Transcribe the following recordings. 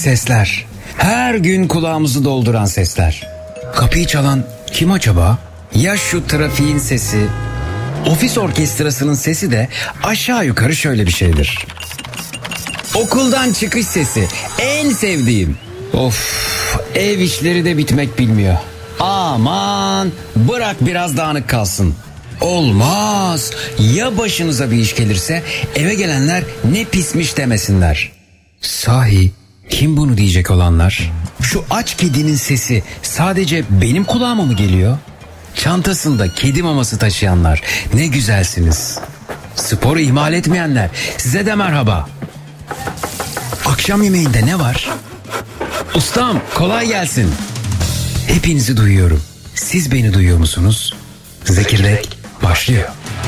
sesler. Her gün kulağımızı dolduran sesler. Kapıyı çalan kim acaba? Ya şu trafiğin sesi, ofis orkestrasının sesi de aşağı yukarı şöyle bir şeydir. Okuldan çıkış sesi, en sevdiğim. Of, ev işleri de bitmek bilmiyor. Aman, bırak biraz dağınık kalsın. Olmaz. Ya başınıza bir iş gelirse eve gelenler ne pismiş demesinler. Sahi kim bunu diyecek olanlar? Şu aç kedinin sesi sadece benim kulağıma mı geliyor? Çantasında kedi maması taşıyanlar ne güzelsiniz. Sporu ihmal etmeyenler size de merhaba. Akşam yemeğinde ne var? Ustam kolay gelsin. Hepinizi duyuyorum. Siz beni duyuyor musunuz? Zekirdek başlıyor.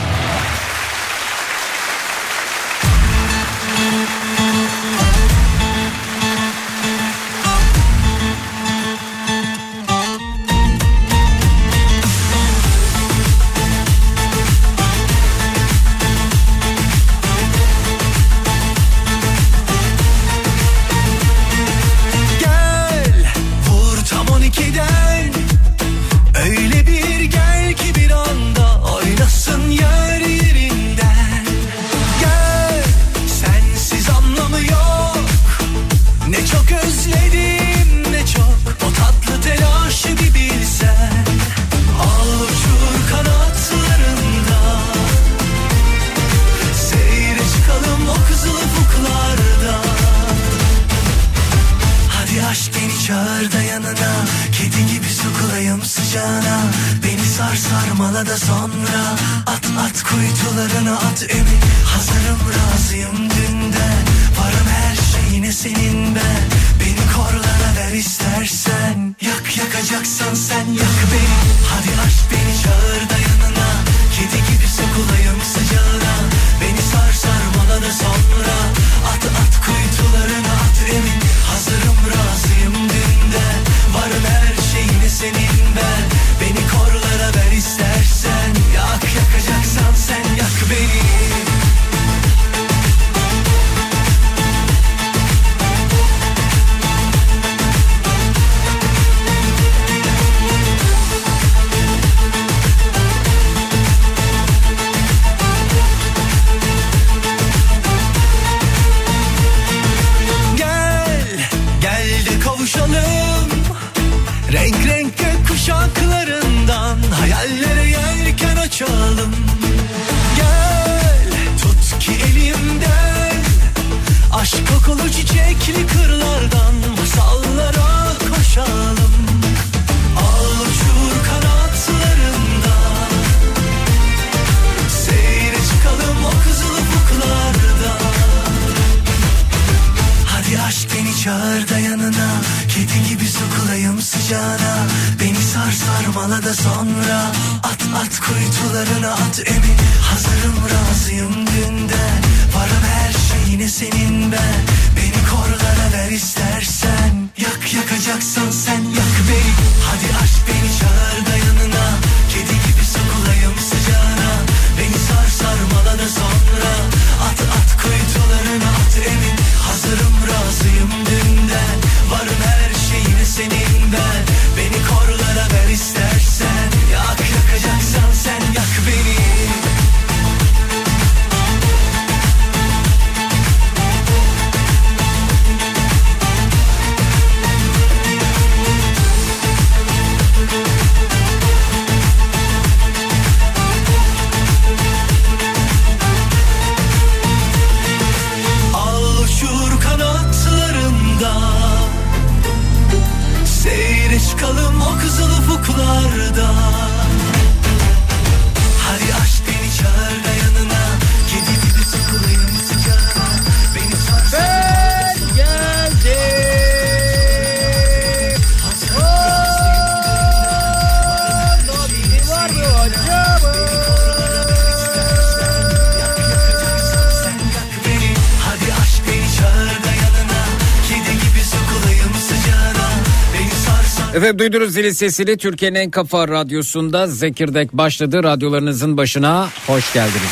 Efendim duydunuz zilin sesini. Türkiye'nin en kafa radyosunda Zekirdek başladı. Radyolarınızın başına hoş geldiniz.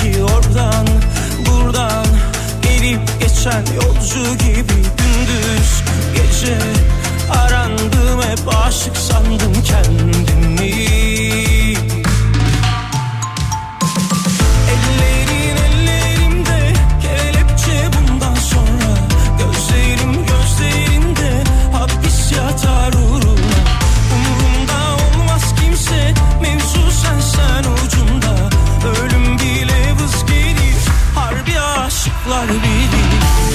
sanki oradan buradan gelip geçen yolcu gibi. Gündüz gece arandım, hep aşık sandım kendimi. Ellerin ellerimde kelepçe bundan sonra, gözlerim gözlerinde hapis yatar uğruna. Umurumda olmaz kimse, mevzu sen ucunda. Ölüm bile vız gelir, harbi aşıklar bilir.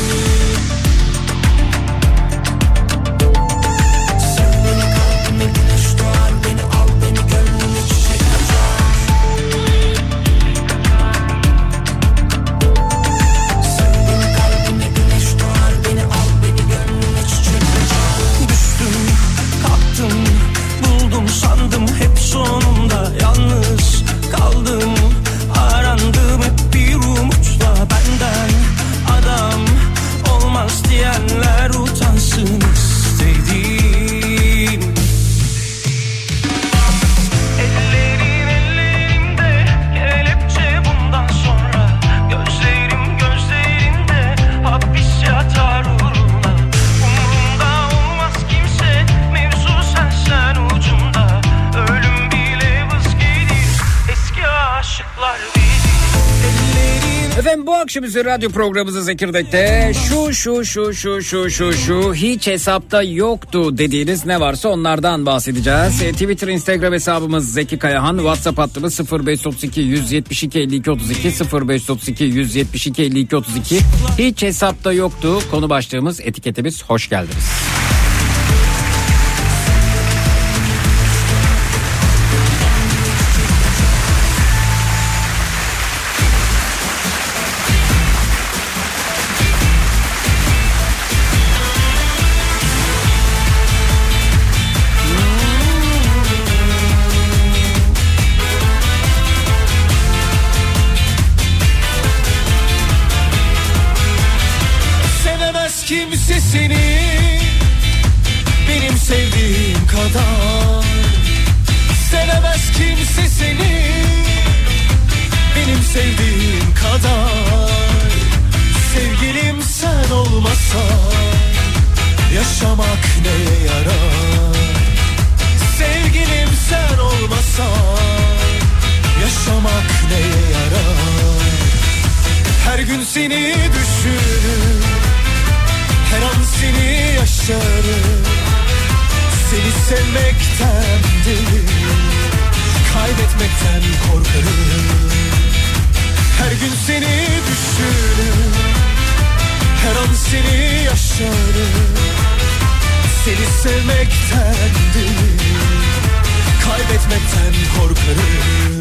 Sandım hep sonunda yalnız kaldım, arandım hep bir umutla. Benden adam olmaz diyenler utansın istedim. Ellerin ellerimde kelepçe bundan sonra, gözlerim gözlerinde hapis yatar uğruna. Umurumda olmaz kimse, mevzu sen ucunda. Ölüm bile vız gelir, eski aşıklar bilir. Efendim bu akşamüzü radyo programımızı Zekirdek'te şu hiç hesapta yoktu dediğiniz ne varsa onlardan bahsedeceğiz. Twitter, Instagram hesabımız Zeki Kayahan, WhatsApp hattımız 0532 172 52 32 0532 172 52 32. Hiç hesapta yoktu konu başlığımız, etiketimiz. Hoş geldiniz. Kimse seni benim sevdiğim kadar sevemez, kimse seni benim sevdiğim kadar. Sevgilim sen olmasan yaşamak neye yarar? Sevgilim sen olmasan yaşamak neye yarar? Her gün seni düşünür, her an seni yaşarım. Seni sevmekten değil, kaybetmekten korkarım. Her gün seni düşünürüm, her an seni yaşarım. Seni sevmekten değil, kaybetmekten korkarım.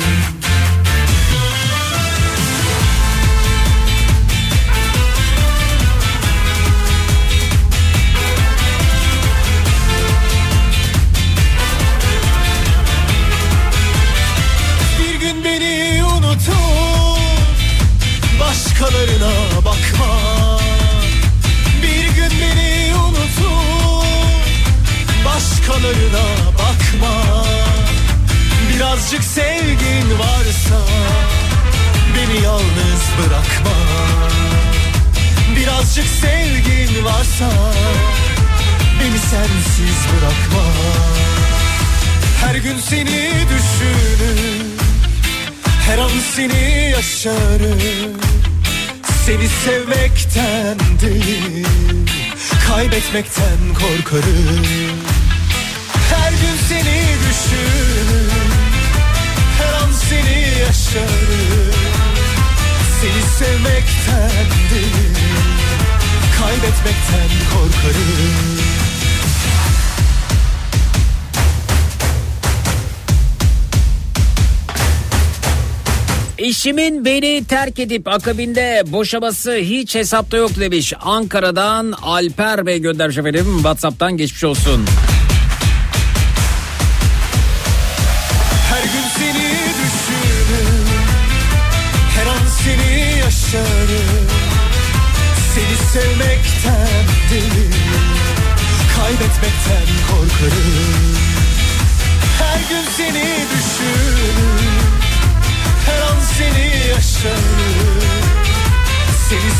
Beni unutur, başkalarına bakma. Bir gün beni unutur, başkalarına bakma. Birazcık sevgin varsa beni yalnız bırakma. Birazcık sevgin varsa beni sensiz bırakma. Her gün seni düşünür, her an seni yaşarım. Seni sevmekten değil, kaybetmekten korkarım. Her gün seni düşünür, her an seni yaşarım. Seni sevmekten değil, kaybetmekten korkarım. Eşimin beni terk edip akabinde boşaması hiç hesapta yok demiş. Ankara'dan Alper Bey göndermiş efendim. WhatsApp'tan geçmiş olsun. Her gün seni düşünürüm, her an seni yaşarım. Seni sevmekten değil, kaybetmekten korkarım. Her gün seni düşünürüm, her an seni yaşarım.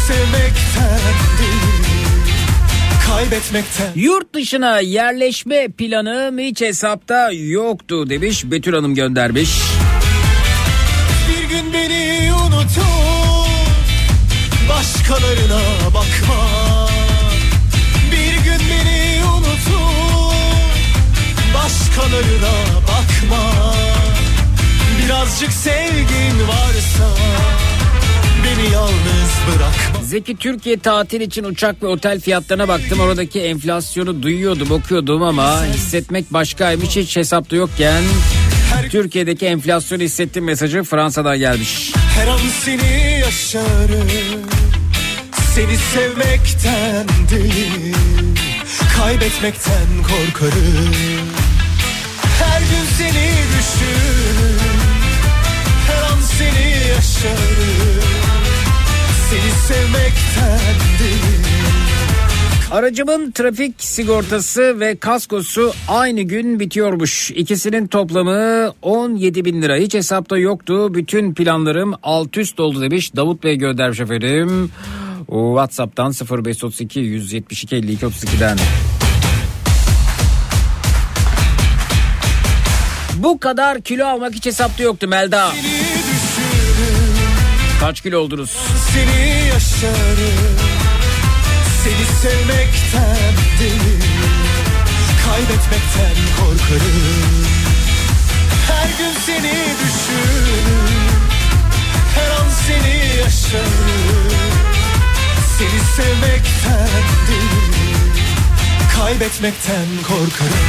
sevmekten değil, kaybetmekten. Yurt dışına yerleşme planım hiç hesapta yoktu demiş, Betül Hanım göndermiş. Bir gün beni unutup başkalarına bakma, bir gün beni unutup başkalarına bakma. Birazcık sevgin varsa beni yalnız bırakma. Zeki, Türkiye tatil için uçak ve otel fiyatlarına baktım. Oradaki enflasyonu duyuyordum, okuyordum ama hissetmek başkaymış. Hiç hesapta yokken Türkiye'deki enflasyonu hissettim mesajı Fransa'dan gelmiş. Her an seni yaşarım, seni sevmekten değil, kaybetmekten korkarım. Her gün seni düşün, her an seni yaşarım, seni sevmekten değil. Aracımın trafik sigortası ve kaskosu aynı gün bitiyormuş. İkisinin toplamı 17 bin lira. Hiç hesapta yoktu. Bütün planlarım alt üst oldu demiş. Davut Bey göndermiş efendim. WhatsApp'tan 0532 172 52 32'den. Bu kadar kilo almak hiç hesapta yoktu Melda. Kaç kilo oldunuz? Seni yaşarım, seni sevmekten değil, kaybetmekten korkarım. Her gün seni düşün, her an seni yaşarım, seni sevmekten değil, kaybetmekten korkarım.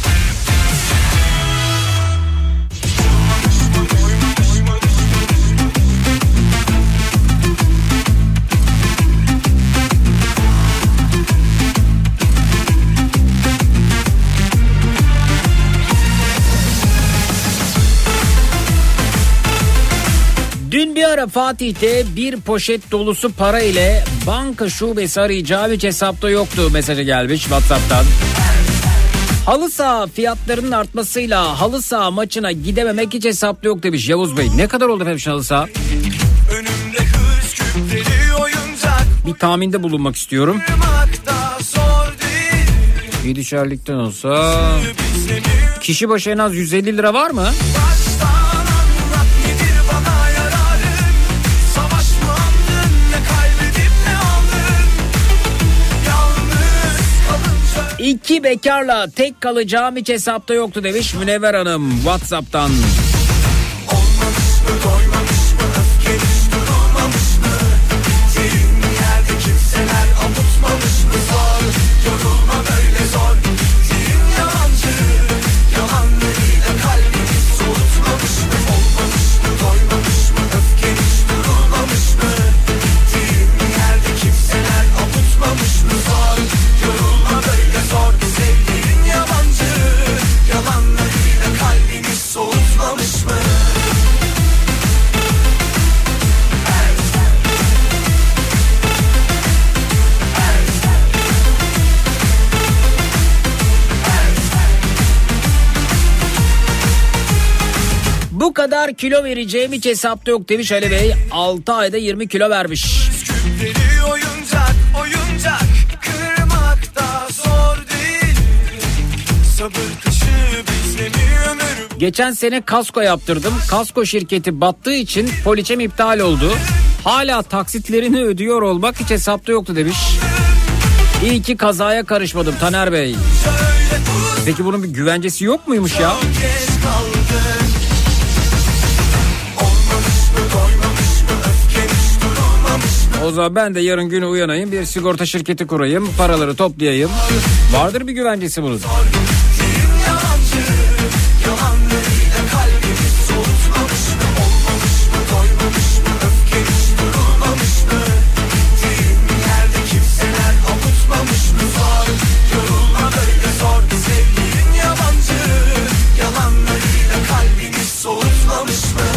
Dün bir ara Fatih'te bir poşet dolusu para ile banka şubesi arayacağım hiç hesapta yoktu mesajı gelmiş WhatsApp'tan. Halı saha fiyatlarının artmasıyla halı saha maçına gidememek hiç hesapta yok demiş Yavuz Bey. Ne kadar oldu efendim halı saha? Bir tahminde bulunmak istiyorum. 7'şerlikten olsa kişi başı en az 150 lira var mı? İki bekarla tek kalacağım hiç hesapta yoktu demiş Münevver Hanım WhatsApp'tan. Olmamış mı, doymamış mı, öfken hiç durulmamış mı? Gittiğin yerde kimseler avutmamış mı? Zor, yorulma böyle zor. Gittiğin yalancı, yalanlarıyla kalbini soğutmamış mı? Olmamış mı, doymamış mı, öfken hiç durulmamış mı? Gittiğin yerde kimseler avutmamış mı? Zor, yorulma böyle zor. Sevdiğin yabancı, yalanlarıyla kalbini soğutmamış mı? Bu kadar kilo vereceğim hiç hesapta yok demiş Ali Bey. 6 ayda 20 kilo vermiş. Küpleri oyuncak, oyuncak, kırmak da zor değil. Sabır taşı bizle bir ömür. Geçen sene kasko yaptırdım. Kasko şirketi battığı için poliçem iptal oldu. Hala taksitlerini ödüyor olmak hiç hesapta yoktu demiş. İyi ki kazaya karışmadım Taner Bey. Peki bunun bir güvencesi yok muymuş ya? Geç kaldın. Olmamış mı, doymamış mı, öfken hiç durulmamış mı? O zaman ben de yarın günü uyanayım, bir sigorta şirketi kurayım, paraları toplayayım. Vardır bir güvencesi bunun. Gittiğin yalancı, yalanlarıyla kalbini soğutmamış mı? Olmamış mı, doymamış mı, öfken hiç durulmamış mı? Gittiğin yerde kimseler avutmamış mı? Zor, yorulma böyle zor. Sevdiğin yabancı, yalanlarıyla kalbini soğutmamış mı?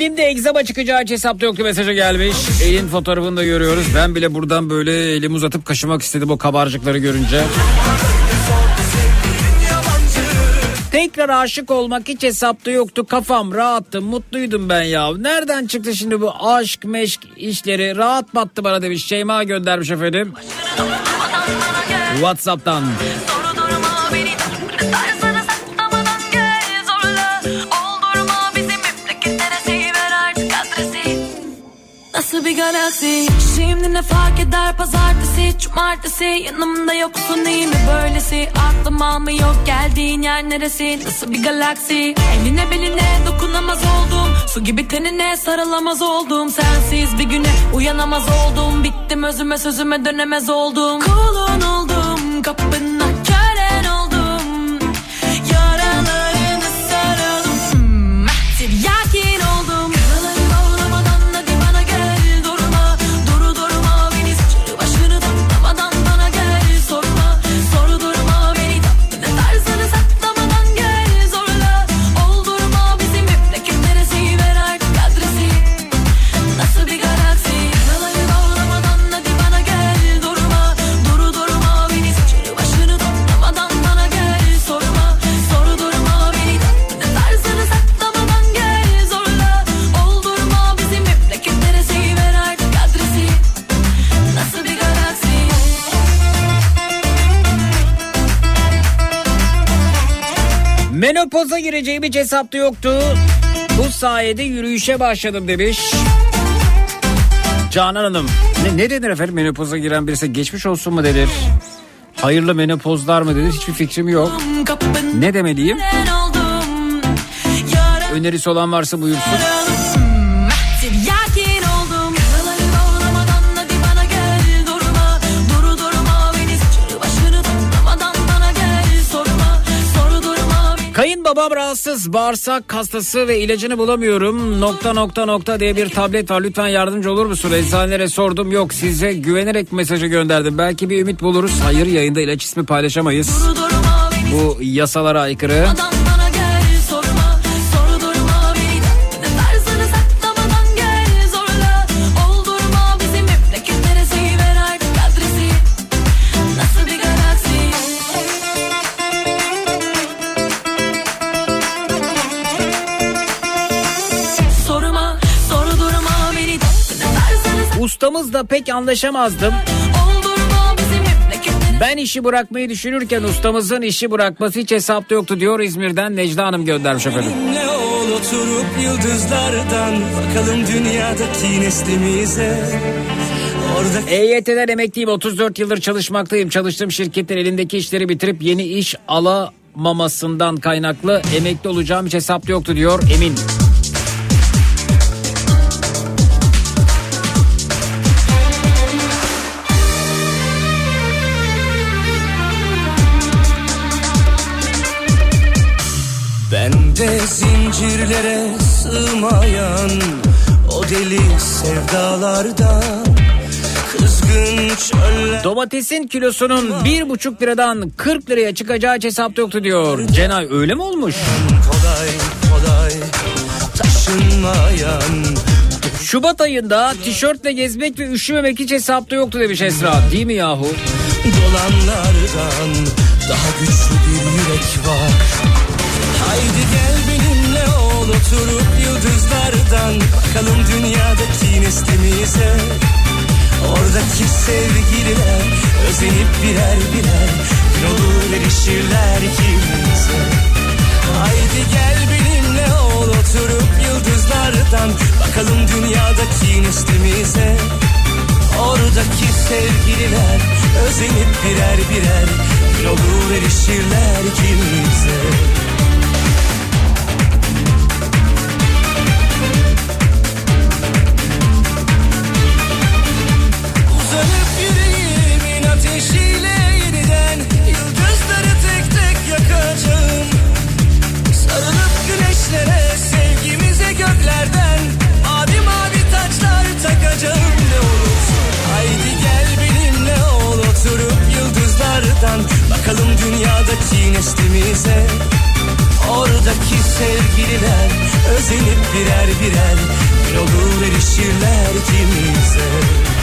Elimde egzama çıkacağı hiç hesapta yoktu mesajı gelmiş. Elin fotoğrafını da görüyoruz. Ben bile buradan böyle elimi uzatıp kaşımak istedim o kabarcıkları görünce. Tekrar aşık olmak hiç hesapta yoktu. Kafam rahattı, mutluydum ben ya. Nereden çıktı şimdi bu aşk meşk işleri? Rahat battı bana demiş. Şeyma göndermiş efendim. WhatsApp'tan. Nasıl bir galaksi? Şimdi ne fark eder pazartesi, cumartesi, yanımda yoksun değil mi böylesi? Aklım almıyor geldiğin yer neresi? Nasıl bir galaksi? Eline beline dokunamaz oldum, su gibi tenine sarılamaz oldum. Sensiz bir güne uyanamaz oldum, bittim özüme sözüme dönemez oldum. Kulun oldum, kapına kölen oldum, yaralarını saralım, tiryakin oldum. Menopoza gireceğim hiç hesapta yoktu. Bu sayede yürüyüşe başladım demiş. Canan Hanım. Ne denir efendim menopoza giren birisi? Geçmiş olsun mu denir? Hayırlı menopozlar mı denir? Hiçbir fikrim yok. Ne demeliyim? Önerisi olan varsa buyursun. Kayınbabam rahatsız, bağırsak hastası ve ilacını bulamıyorum. ... diye bir tablet var. Lütfen yardımcı olur musun? Eczanelere sordum, yok. Size güvenerek mesajı gönderdim. Belki bir ümit buluruz. Hayır, yayında ilaç ismi paylaşamayız. Bu yasalara aykırı. Ustamızla pek anlaşamazdım. Ben işi bırakmayı düşünürken ustamızın işi bırakması hiç hesapta yoktu diyor İzmir'den Necla Hanım göndermiş efendim. Oturup yıldızlardan bakalım dünyadaki neslimize. EYT'den emekliyim, 34 yıldır çalışmaktayım. Çalıştığım şirketin elindeki işleri bitirip yeni iş alamamasından kaynaklı emekli olacağım hiç hesapta yoktu diyor Emin. Bende zincirlere sığmayan o deli sevdalardan kızgın çöller. Domatesin kilosunun 1,5 liradan 40 liraya çıkacağı hiç hesapta yoktu diyor. Cenay, öyle mi olmuş? Kolay kolay taşınmayan. Şubat ayında tişörtle gezmek ve üşümemek hiç hesapta yoktu demiş Esra. Değil mi yahu? Dolanlardan daha güçlü bir yürek var. Haydi gel benimle ol, oturup yıldızlardan bakalım dünyadaki neslimize. Oradaki sevgililer özenip birer birer gün olur erişirler ikimize. Haydi gel benimle ol, oturup yıldızlardan bakalım dünyadaki neslimize. Oradaki sevgililer özenip birer birer gün olur erişirler ikimize. Uzanıp yüreğimin ateşiyle yeniden yıldızları tek tek yakacağım. Sarılıp güneşlere sevgimize göklerden mavi mavi taçlar takacağım. Ne olursun haydi gel benimle ol, oturup yıldızlardan bakalım dünyadaki neslimize. Oradaki sevgililer özenip birer birer gün olur erişirler ikimize.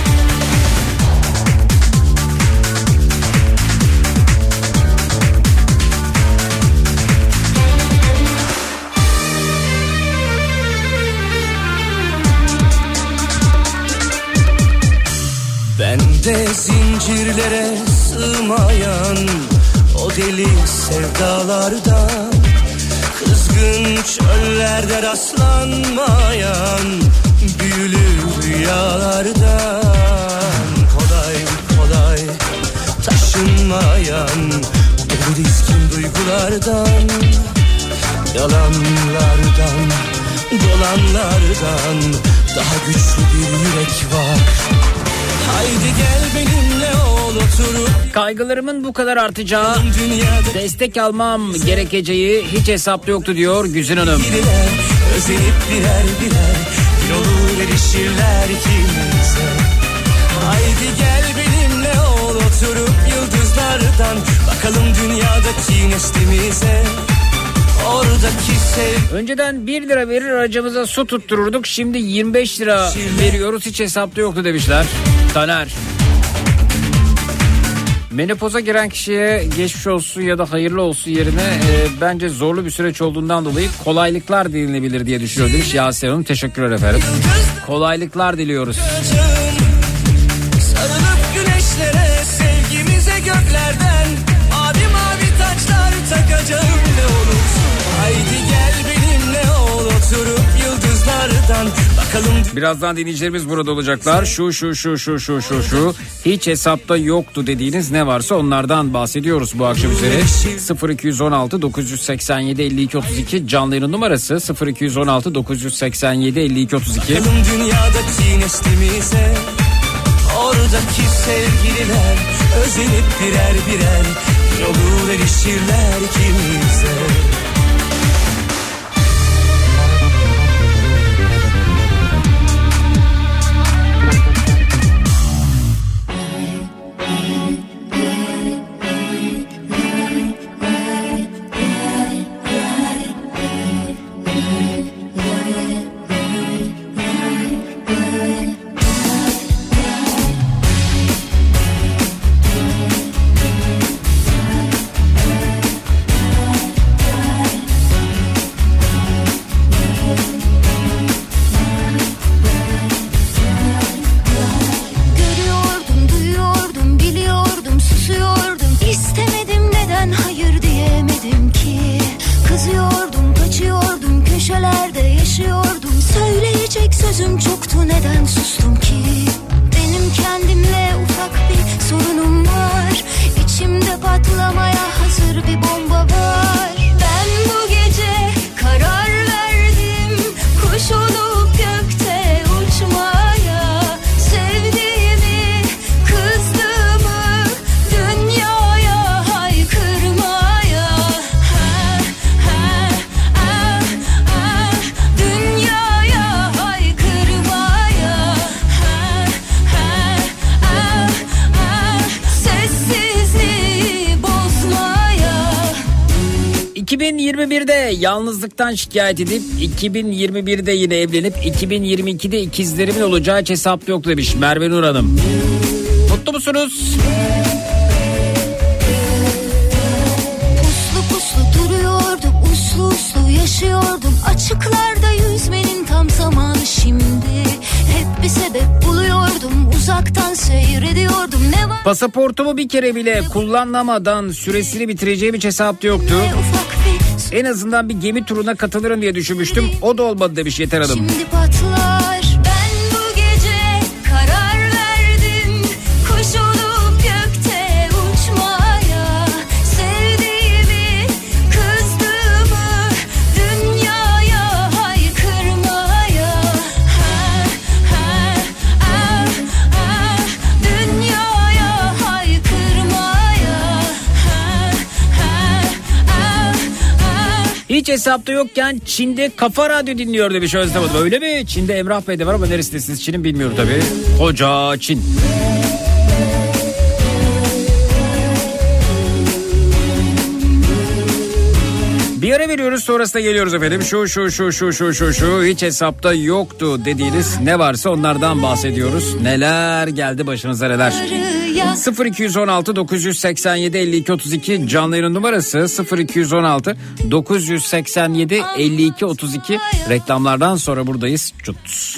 Bende zincirlere sığmayan o deli sevdalardan, kızgın çöllerde rastlanmayan büyülü rüyalardan, kolay kolay taşınmayan dolu dizgin duygulardan, yalanlardan, dolanlardan daha güçlü bir yürek var. Haydi gel benimle ol oturup. Kaygılarımın bu kadar artacağı, destek almam gerekeceği hiç hesapta yoktu diyor Güzin Hanım. Özenip birer birer gün olur erişirler ikimize. Haydi gel benimle ol oturup yıldızlardan bakalım dünyadaki neslimize. Oradaki sev... Önceden 1 lira verir aracımıza su tuttururduk, şimdi 25 lira veriyoruz, hiç hesapta yoktu demişler. Taner. Menopoza giren kişiye geçmiş olsun ya da hayırlı olsun yerine bence zorlu bir süreç olduğundan dolayı kolaylıklar dilinebilir diye düşünüyor demiş Yasemin Hanım. Teşekkürler efendim. Kolaylıklar diliyoruz. Sarılıp güneşlere sevgimize göklerden mavi mavi taçlar takacağım ne olursun. Haydi gel benimle ol oturup yıldızlardan bakalım. Birazdan dinleyicilerimiz burada olacaklar. Şu hiç hesapta yoktu dediğiniz ne varsa onlardan bahsediyoruz bu akşam üzere. 0216 987 52 32 canlı yayın numarası 0216 987 52 32. Bakalım dünyadaki neslimize, oradaki sevgililer özenip birer birer yolu erişirler ikimize. Sözüm çoktu, neden sustum ki? Benim kendimle ufak bir sorunum var. İçimde patlamaya hazır bir bomba var. Ben bu gece karar verdim, kuş olup gökte uçmaya. Sevdiğimi, kızdığımı dünyaya haykırmaya. Dünyaya haykırmaya. Sessizliği bozmaya. 2021'de yalnızlıktan şikayet edip 2021'de yine evlenip 2022'de ikizlerimin olacağı hiç hesapta yok demiş Merve Nur Hanım. Mutlu musunuz? Puslu puslu duruyordum, uslu uslu yaşıyordum. Açıklarda yüzmenin tam zamanı şimdi. Hep bir sebep buluyordum, uzaktan seyrediyordum. Ne var? Pasaportumu bir kere bile kullanmadan süresini bitireceğim hiç hesapta yoktu. Ufak bir En azından bir gemi turuna katılırım diye düşünmüştüm. O da olmadı demiş Yeter Hanım. şimdi patlar. Ben bu gece karar verdim, kuş olup gökte uçmaya. Sevdiğimi, kızdığımı dünyaya haykırmaya. Dünyaya haykırmaya. Hiç hesapta yokken Çin'de Kafa Radyo dinliyor demiş Özlem Hanım. Öyle mi? Çin'de Emrah Bey de var ama neresindesiniz Çin'in bilmiyorum tabii. Koca Çin. Bir ara veriyoruz, sonrasında geliyoruz efendim. Şu hiç hesapta yoktu dediğiniz ne varsa onlardan bahsediyoruz. Neler geldi başınıza neler. 0216 987 52 32 canlı yayın numarası 0216 987 52 32. Reklamlardan sonra buradayız. Çut.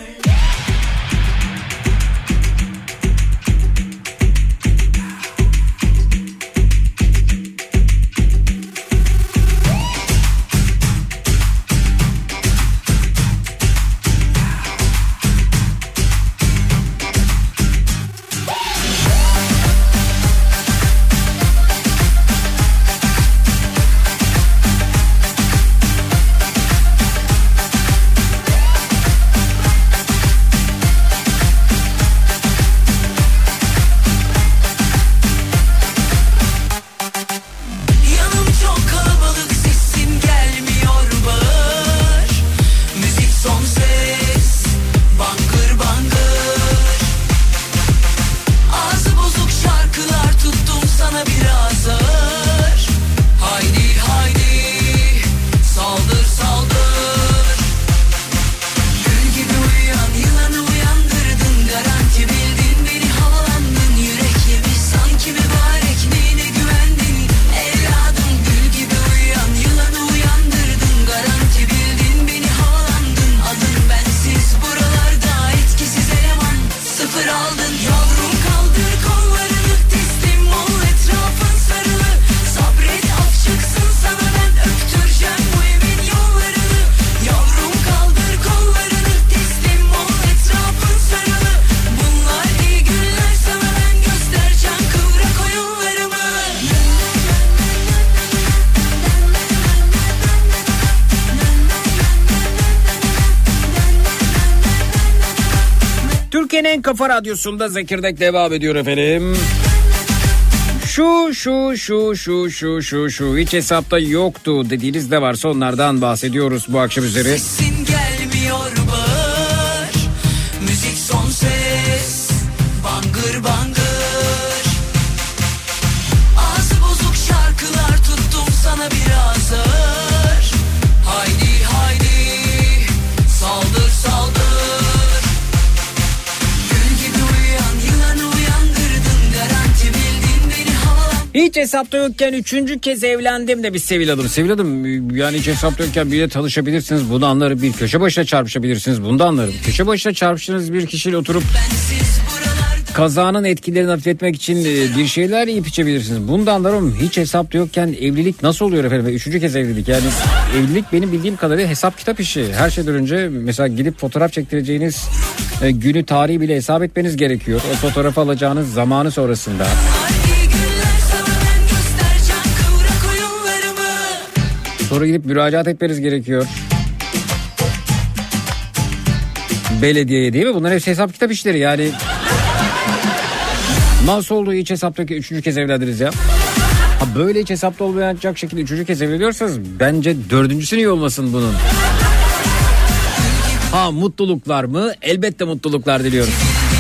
Türkiye'nin Kafa Radyosu'nda Zekirdek devam ediyor efendim. Şu hiç hesapta yoktu dediğiniz de varsa onlardan bahsediyoruz bu akşam üzeri. Sesin gelmiyor bağır, müzik son ses, bangır bangır. Ağzı bozuk şarkılar tuttum sana biraz ağır. Haydi haydi saldır saldır. Hiç hesapta yokken 3. kez evlendim demiş Sevil Hanım. Sevil Hanım, yani hiç hesapta yokken biriyle tanışabilirsiniz, bunu anlarım. Bir köşe başına çarpışabilirsiniz, bunu da anlarım. Köşe başına çarpıştığınız bir kişiyle oturup kazanın etkilerini hafifletmek için bir şeyler yiyip içebilirsiniz, bunu da anlarım. Hiç hesapta yokken evlilik nasıl oluyor efendim? 3. kez evlilik, yani evlilik benim bildiğim kadarıyla hesap kitap işi. Her şeyden önce mesela gidip fotoğraf çektireceğiniz günü, tarihi bile hesap etmeniz gerekiyor. O fotoğrafı alacağınız zamanı sonrasında. Sonra gidip müracaat etmeniz gerekiyor belediyeye, değil mi? Bunlar hepsi hesap kitap işleri yani. Nasıl olduğu hiç hesaptaki 3. kez evlendiniz ya? Ha, böyle hiç hesapta olmayacak şekilde 3. kez evleniyorsanız bence 4.'sünün iyi olmasın bunun. Ha, mutluluklar mı? Elbette mutluluklar diliyorum.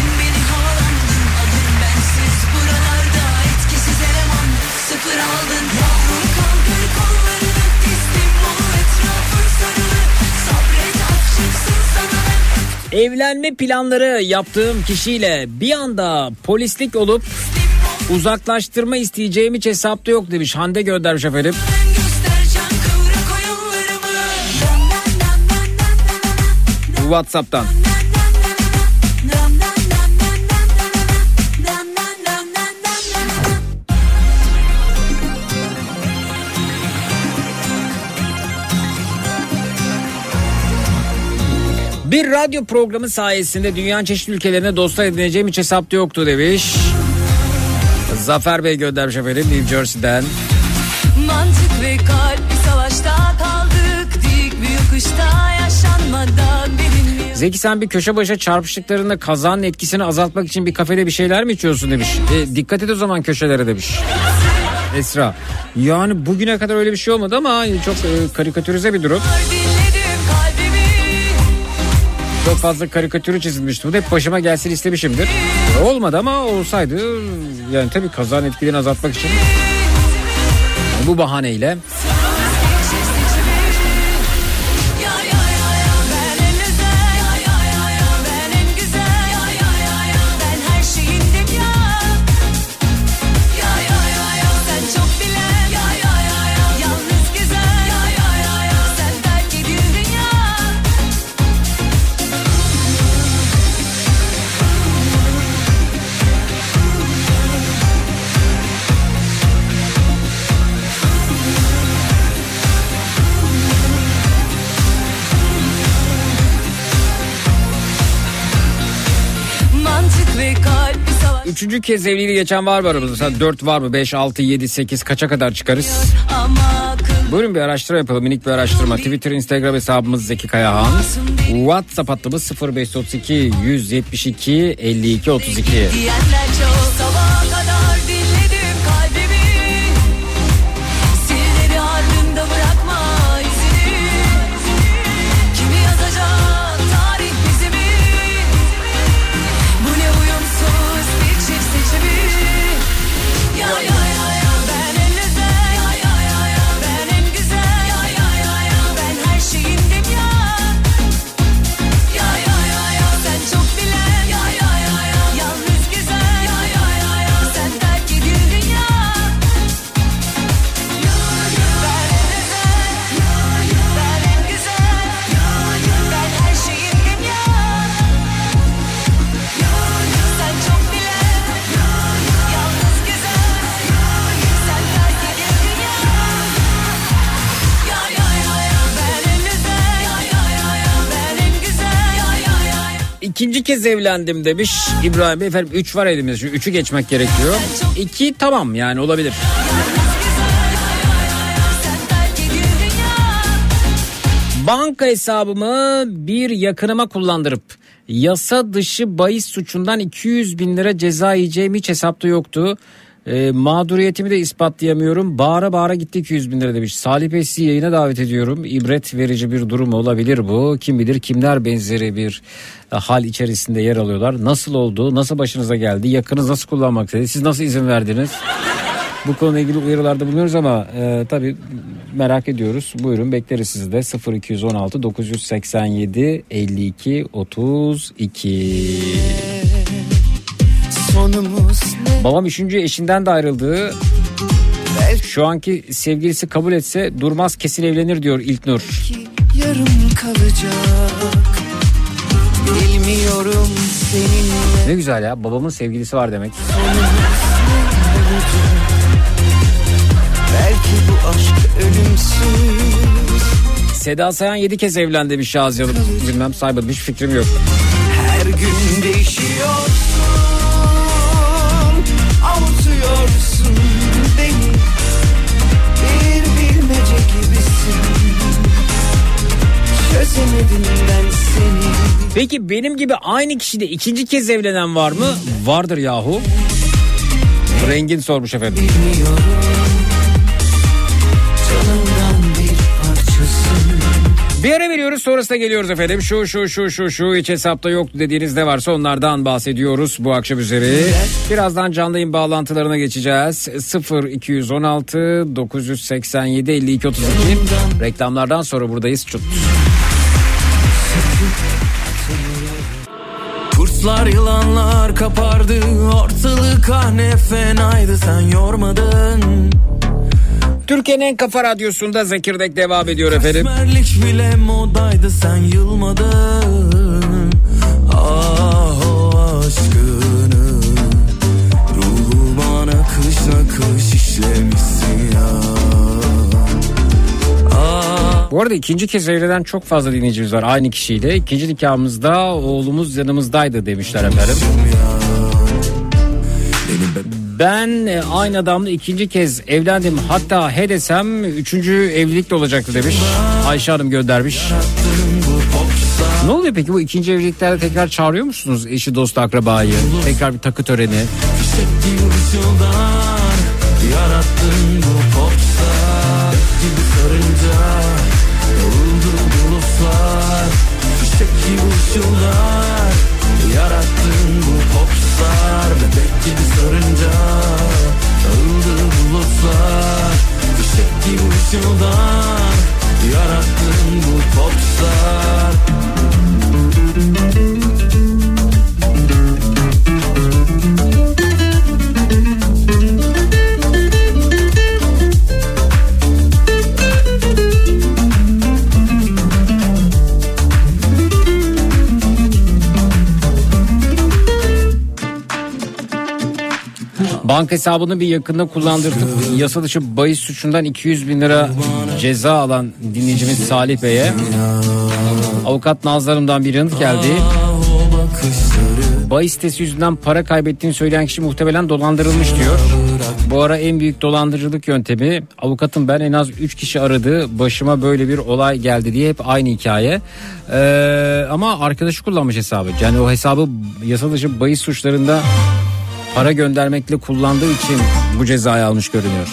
Evlenme planları yaptığım kişiyle bir anda polislik olup uzaklaştırma isteyeceğim hiç hesapta yok demiş. Hande göndermiş efendim. WhatsApp'tan. Bir radyo programı sayesinde dünyanın çeşitli ülkelerine dostlar edineceğim hiç hesapta yoktu demiş. Zafer Bey göndermiş efendim New Jersey'den. Mantık ve kalp bir savaşta kaldık, dik bir yokuşta yaşanmadan bilinmiyor. Zeki, sen bir köşe başa çarpıştıklarında kazanın etkisini azaltmak için bir kafede bir şeyler mi içiyorsun demiş. Dikkat et o zaman köşelere demiş. Esra, yani bugüne kadar öyle bir şey olmadı ama çok karikatürize bir durum. Çok fazla karikatürü çizilmişti. Bu da hep başıma gelsin istemişimdir. Olmadı ama olsaydı, yani tabii kazanın etkilerini azaltmak için bu bahaneyle Üçüncü kez evliliği geçen var mı aramızda? 4 var mı? 5, 6, 7, 8 kaça kadar çıkarız? Buyurun bir araştırma yapalım. Minik bir araştırma. Twitter, Instagram hesabımız Zeki Kayahan. WhatsApp hattımız 0532 172 52 32. Sabaha kadar dinledim kalbimi. Silleri ardında bırakma izini. Kimi yazacak tarih bizi mi? Bu ne uyumsuz bir çift seçimi. Ya ya ya ya ben en özel. Ya ya ya ya ben en güzel. Ya ya ya ya ben her şeyindim ya. Ya ya ya ya sen çok bilen. Ya ya ya ya yalnız güzel. Ya ya ya ya sen terk edildin ya. Ya ya ben en özel. Ya ya ben en güzel. Ya ya ben her şeyindim ya. Ya ya sen çok bilen. Ya ya yalnız güzel. Ya ya sen terk edildin ya. Ya ya ya ya ben en özel. Ya ya ya ya ben en güzel. Ya ya ya ya. İkinci kez evlendim demiş İbrahim Bey. Efendim 3 var elimizde. Çünkü 3'ü geçmek gerekiyor. 2 tamam yani olabilir. Banka hesabımı bir yakınıma kullandırıp yasa dışı bahis suçundan 200 bin lira ceza yiyeceğim hiç hesapta yoktu. Mağduriyetimi de ispatlayamıyorum. Bağıra bağıra gitti 200 bin lira demiş. Salih Bey sizi yayına davet ediyorum. İbret verici bir durum olabilir bu. Kim bilir kimler benzeri bir hal içerisinde yer alıyorlar. Nasıl oldu? Nasıl başınıza geldi? Yakınız nasıl kullanmak istedi? Siz nasıl izin verdiniz? Bu konuyla ilgili uyarılarda bulunuyoruz ama tabii merak ediyoruz. Buyurun bekleriz sizi de 0216 987 52 32. Sonumuz ne? Babam 3. eşinden de ayrıldığı, şu anki sevgilisi kabul etse durmaz kesin evlenir diyor İlknur. Yarım kalacak. Bilmiyorum seninle. Ne güzel ya, babamın sevgilisi var demek. Belki bu aşk ölümsüz. Seda Sayan 7 kez evlendi demiş Şaziye Hanım. Bilmem saymadım, hiç fikrim yok. Her gün değişiyorsun, avutuyorsun beni. Bir bilmece gibisin, çözemedim ben seni. Peki benim gibi aynı kişide ikinci kez evlenen var mı? Vardır yahu. Rengin sormuş efendim. Bilmiyorum, canımdan bir parçasın. Bir ara veriyoruz, sonrasında geliyoruz efendim. Şu hiç hesapta yoktu dediğiniz ne varsa onlardan bahsediyoruz bu akşam üzeri. Birazdan canlı yayın bağlantılarına geçeceğiz. 0216 987 52 32. Reklamlardan sonra buradayız. Kurtlar yılanlar kapardı, ortalık ne fenaydı, sen yormadın. Türkiye'nin en kafa radyosunda Zekirdek devam ediyor efendim. Esmerlik bile modaydı, sen yılmadın. Ah o aşkını ruhuma nakış nakış işlemişsin ya. Bu arada ikinci kez evlenen çok fazla dinleyicimiz var aynı kişiyle. İkinci nikahımızda oğlumuz yanımızdaydı demişler efendim. Ben aynı adamla ikinci kez evlendim. Hatta he desem 3. evlilik de olacaktı demiş. Ayşe Hanım göndermiş. Ne oluyor peki bu ikinci evliliklerde, tekrar çağırıyor musunuz eşi, dostu, akrabayı? Tekrar bir takı töreni. Yarattın bu popstar gibi sarınca oldu bulutlar, fişek gibi ışıldar. Yarattın bu popstar bebek gibi sarınca oldu bulutlar, fişek gibi ışıldar. Yarattın bu popstar. Banka hesabını bir yakında kullandırdık. Yasa dışı bahis suçundan 200 bin lira ceza alan dinleyicimiz Salih Bey'e avukat Nazlı Hanım'dan bir yanıt geldi. bahis sitesi yüzünden para kaybettiğini söyleyen kişi muhtemelen dolandırılmış diyor. Bu ara en büyük dolandırıcılık yöntemi, avukatım ben en az 3 kişi aradı, başıma böyle bir olay geldi diye, hep aynı hikaye. Ama arkadaşı kullanmış hesabı. Yani o hesabı yasa dışı bahis suçlarında para göndermekle kullandığı için bu cezayı almış görünüyor.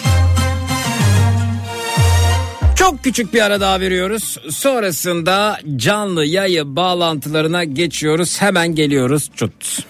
Çok küçük bir ara daha veriyoruz. Sonrasında canlı yayın bağlantılarına geçiyoruz. Hemen geliyoruz. Çut.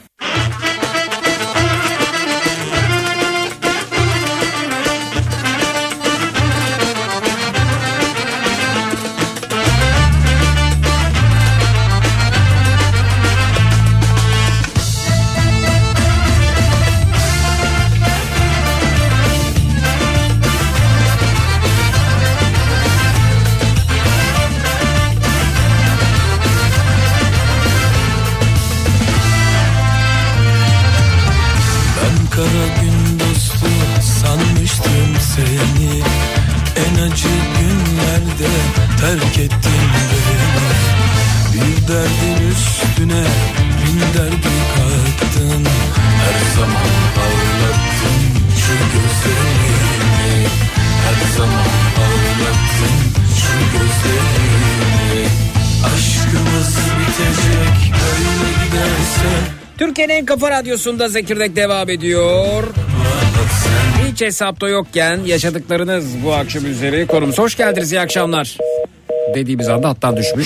Terk ettin beni, bir derdin üstüne bin derdi kattın. Her zaman ağlattın şu gözlerini, her zaman ağlattın şu gözlerini. Aşkımız bitecek böyle giderse. Türkiye'nin en kafa radyosunda Zekirdek devam ediyor. Hiç hesapta yokken yaşadıklarınız bu akşam üzeri konumuz. Hoş geldiniz, iyi akşamlar dediğimiz anda hattan düşmüş.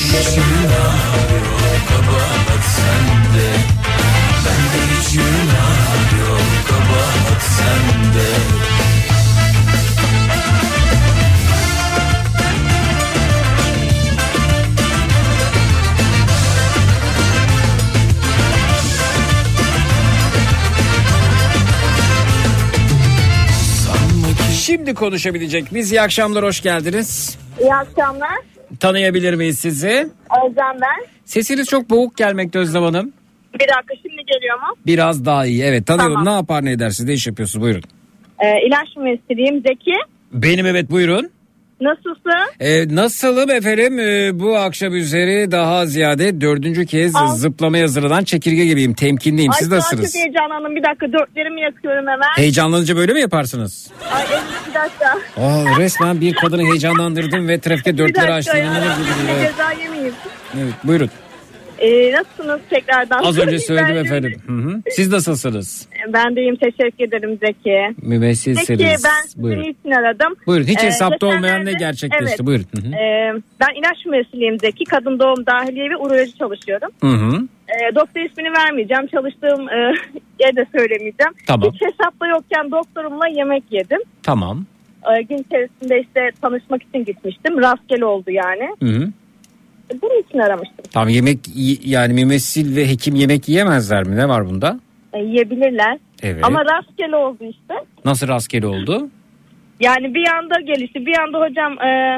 Şimdi konuşabilecek biz. İyi akşamlar, hoş geldiniz. İyi akşamlar. Tanıyabilir miyiz sizi? Özlem ben. Sesiniz çok boğuk gelmekte Özlem Hanım. Bir dakika, şimdi geliyor mu? Biraz daha iyi, evet, tanıyorum. Tamam. Ne yapar ne edersiniz, ne iş yapıyorsunuz, buyurun. İlaç mühendisiyim, Zeki. Benim, evet, buyurun. Nasılsın? Nasılım efendim? Bu akşam üzeri daha ziyade 4. kez zıplamaya hazırlanan çekirge gibiyim. Temkinliyim. Siz nasılsınız? Çok heyecanlandım. Bir dakika, dörtlerimi yakıyorum hemen. Heyecanlanınca böyle mi yaparsınız? Ay evet, bir dakika. Resmen bir kadını heyecanlandırdım ve trafikte dörtleri açtım. Bir ceza yemeyeyim. Evet, buyurun. Nasılsınız tekrardan? Az önce söyledim efendim. Hı-hı. Siz nasılsınız? Ben de iyiyim, teşekkür ederim Zeki. Mümessilsiniz. Zeki, ben sizin için aradım. Buyurun, hiç hesapta olmayan ne gerçekleşti? Evet. Buyurun. Ben ilaç mühendisiyim Zeki. Kadın doğum, dahiliye ve uroloji çalışıyorum. Hı-hı. Doktor ismini vermeyeceğim. Çalıştığım yeri de söylemeyeceğim. Tamam. Hiç hesapta yokken doktorumla yemek yedim. Tamam. Gün içerisinde işte tanışmak için gitmiştim. Rastgele oldu yani. Hı-hı. Bunun için aramıştım. Tamam, yemek yani mümessil ve hekim yemek yiyemezler mi? Ne var bunda? Yiyebilirler. Evet. Ama rastgele oldu işte. Nasıl rastgele oldu? Yani bir anda gelişti. Bir anda hocam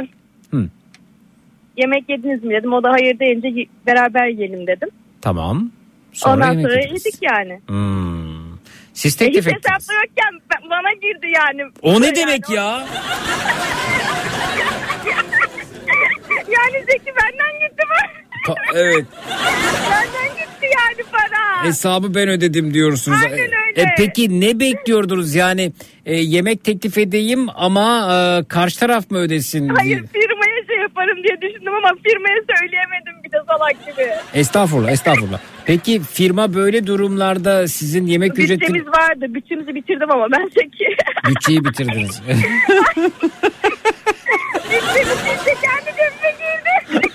yemek yediniz mi dedim. O da hayır deyince beraber yiyelim dedim. Tamam. Ondan sonra yedik yani. Siz teklif ettiniz. Hiç hesapta yokken bana girdi yani. O ne demek ya? Yani Zeki benden gitti mi? Evet. Benden gitti yani para. Hesabı ben ödedim diyorsunuz. Aynen öyle. Peki ne bekliyordunuz yani? Yemek teklif edeyim ama karşı taraf mı ödesin? Hayır, firmaya şey yaparım diye düşündüm ama firmaya söyleyemedim, bir de salak gibi. Estağfurullah. Peki firma böyle durumlarda sizin yemek ücretini... Bütçemiz vardı. Bütçemizi bitirdim ama ben Zeki. Bütçeyi bitirdiniz. Bütçemiz kendi cebime girdi.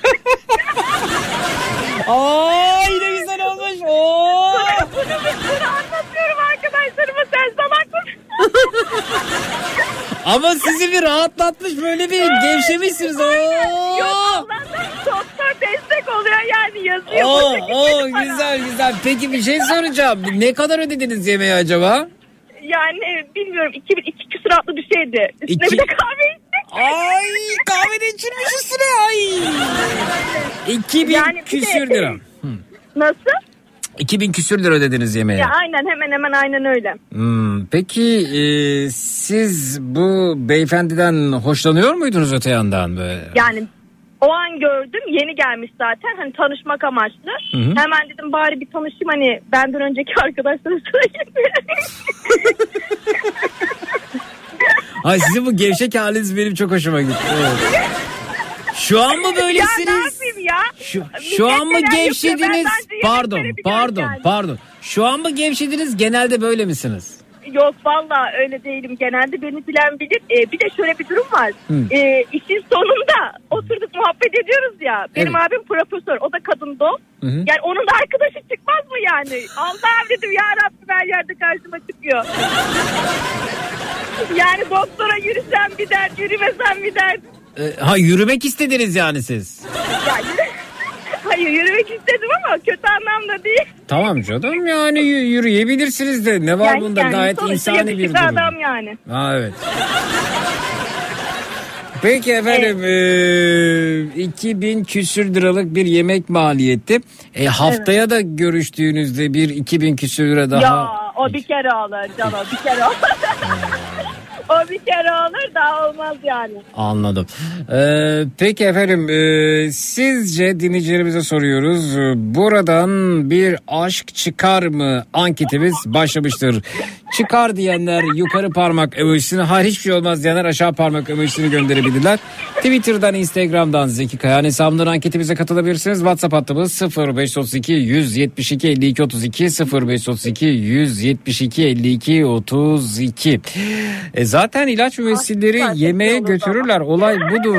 Ne güzel olmuş. Bunu anlatıyorum arkadaşlarıma, sen salak mısın? Ama sizi bir rahatlatmış, böyle bir gevşemişsiniz. Yok, Allah'tan doktor destek oluyor yani, yazıyor. Güzel. Peki bir şey soracağım. Ne kadar ödediniz yemeği acaba? Yani bilmiyorum, 2 küsuratlı bir şeydi. Üstüne bir de kahve içtik. Ay, kahve de içilmiş üstüne. 2000 yani küsür lira. Nasıl? 2000 küsür lira ödediniz yemeğe. Ya aynen, hemen aynen öyle. Peki siz bu beyefendiden hoşlanıyor muydunuz öte yandan böyle? Yani O an gördüm, yeni gelmiş zaten, hani tanışmak amaçlı. Hı-hı. Hemen dedim bari bir tanışayım, hani benden önceki arkadaşlara söyleyeyim. Ay, sizin bu gevşek haliniz benim çok hoşuma gitti. Evet. Şu an mı böylesiniz? Ya ne yapayım ya? Şu an mı gevşediniz? Pardon. Şu an mı gevşediniz? Genelde böyle misiniz? Yok vallahi öyle değilim genelde, beni bilen bilir. Bir de şöyle bir durum var. İşin sonunda oturduk muhabbet ediyoruz ya. Benim abim profesör, o da kadın dost. Yani onun da arkadaşı çıkmaz mı yani? Allah'ım dedim, ya Rabbim her yerde karşıma çıkıyor. Yani doktora yürüsem bir dert, yürümesem bir dert. Yürümek istediniz yani siz. Hayır, yürümek istedim ama kötü anlamda değil. Tamam canım, yani yürüyebilirsiniz de ne var yani, bunda, yani gayet insani bir durum. Adam yani. Evet. Peki efendim, 2000 küsür liralık bir yemek maliyeti. Haftaya da görüştüğünüzde bir 2000 küsür lira daha. Ya o bir kere olur canım, bir kere olur. O bir kere olur, daha olmaz yani. Anladım. Peki efendim, sizce, dinleyicilerimize soruyoruz, buradan bir aşk çıkar mı anketimiz başlamıştır. Çıkar diyenler yukarı parmak emojisini, hayır hiçbir şey olmaz diyenler aşağı parmak emojisini gönderebilirler. Twitter'dan, Instagram'dan Zeki Kayhan hesabından anketimize katılabilirsiniz. WhatsApp hattımız 0532 172 52 32 0532 172 52 32. Zaten ilaç müessilleri yemeğe götürürler. Olay budur.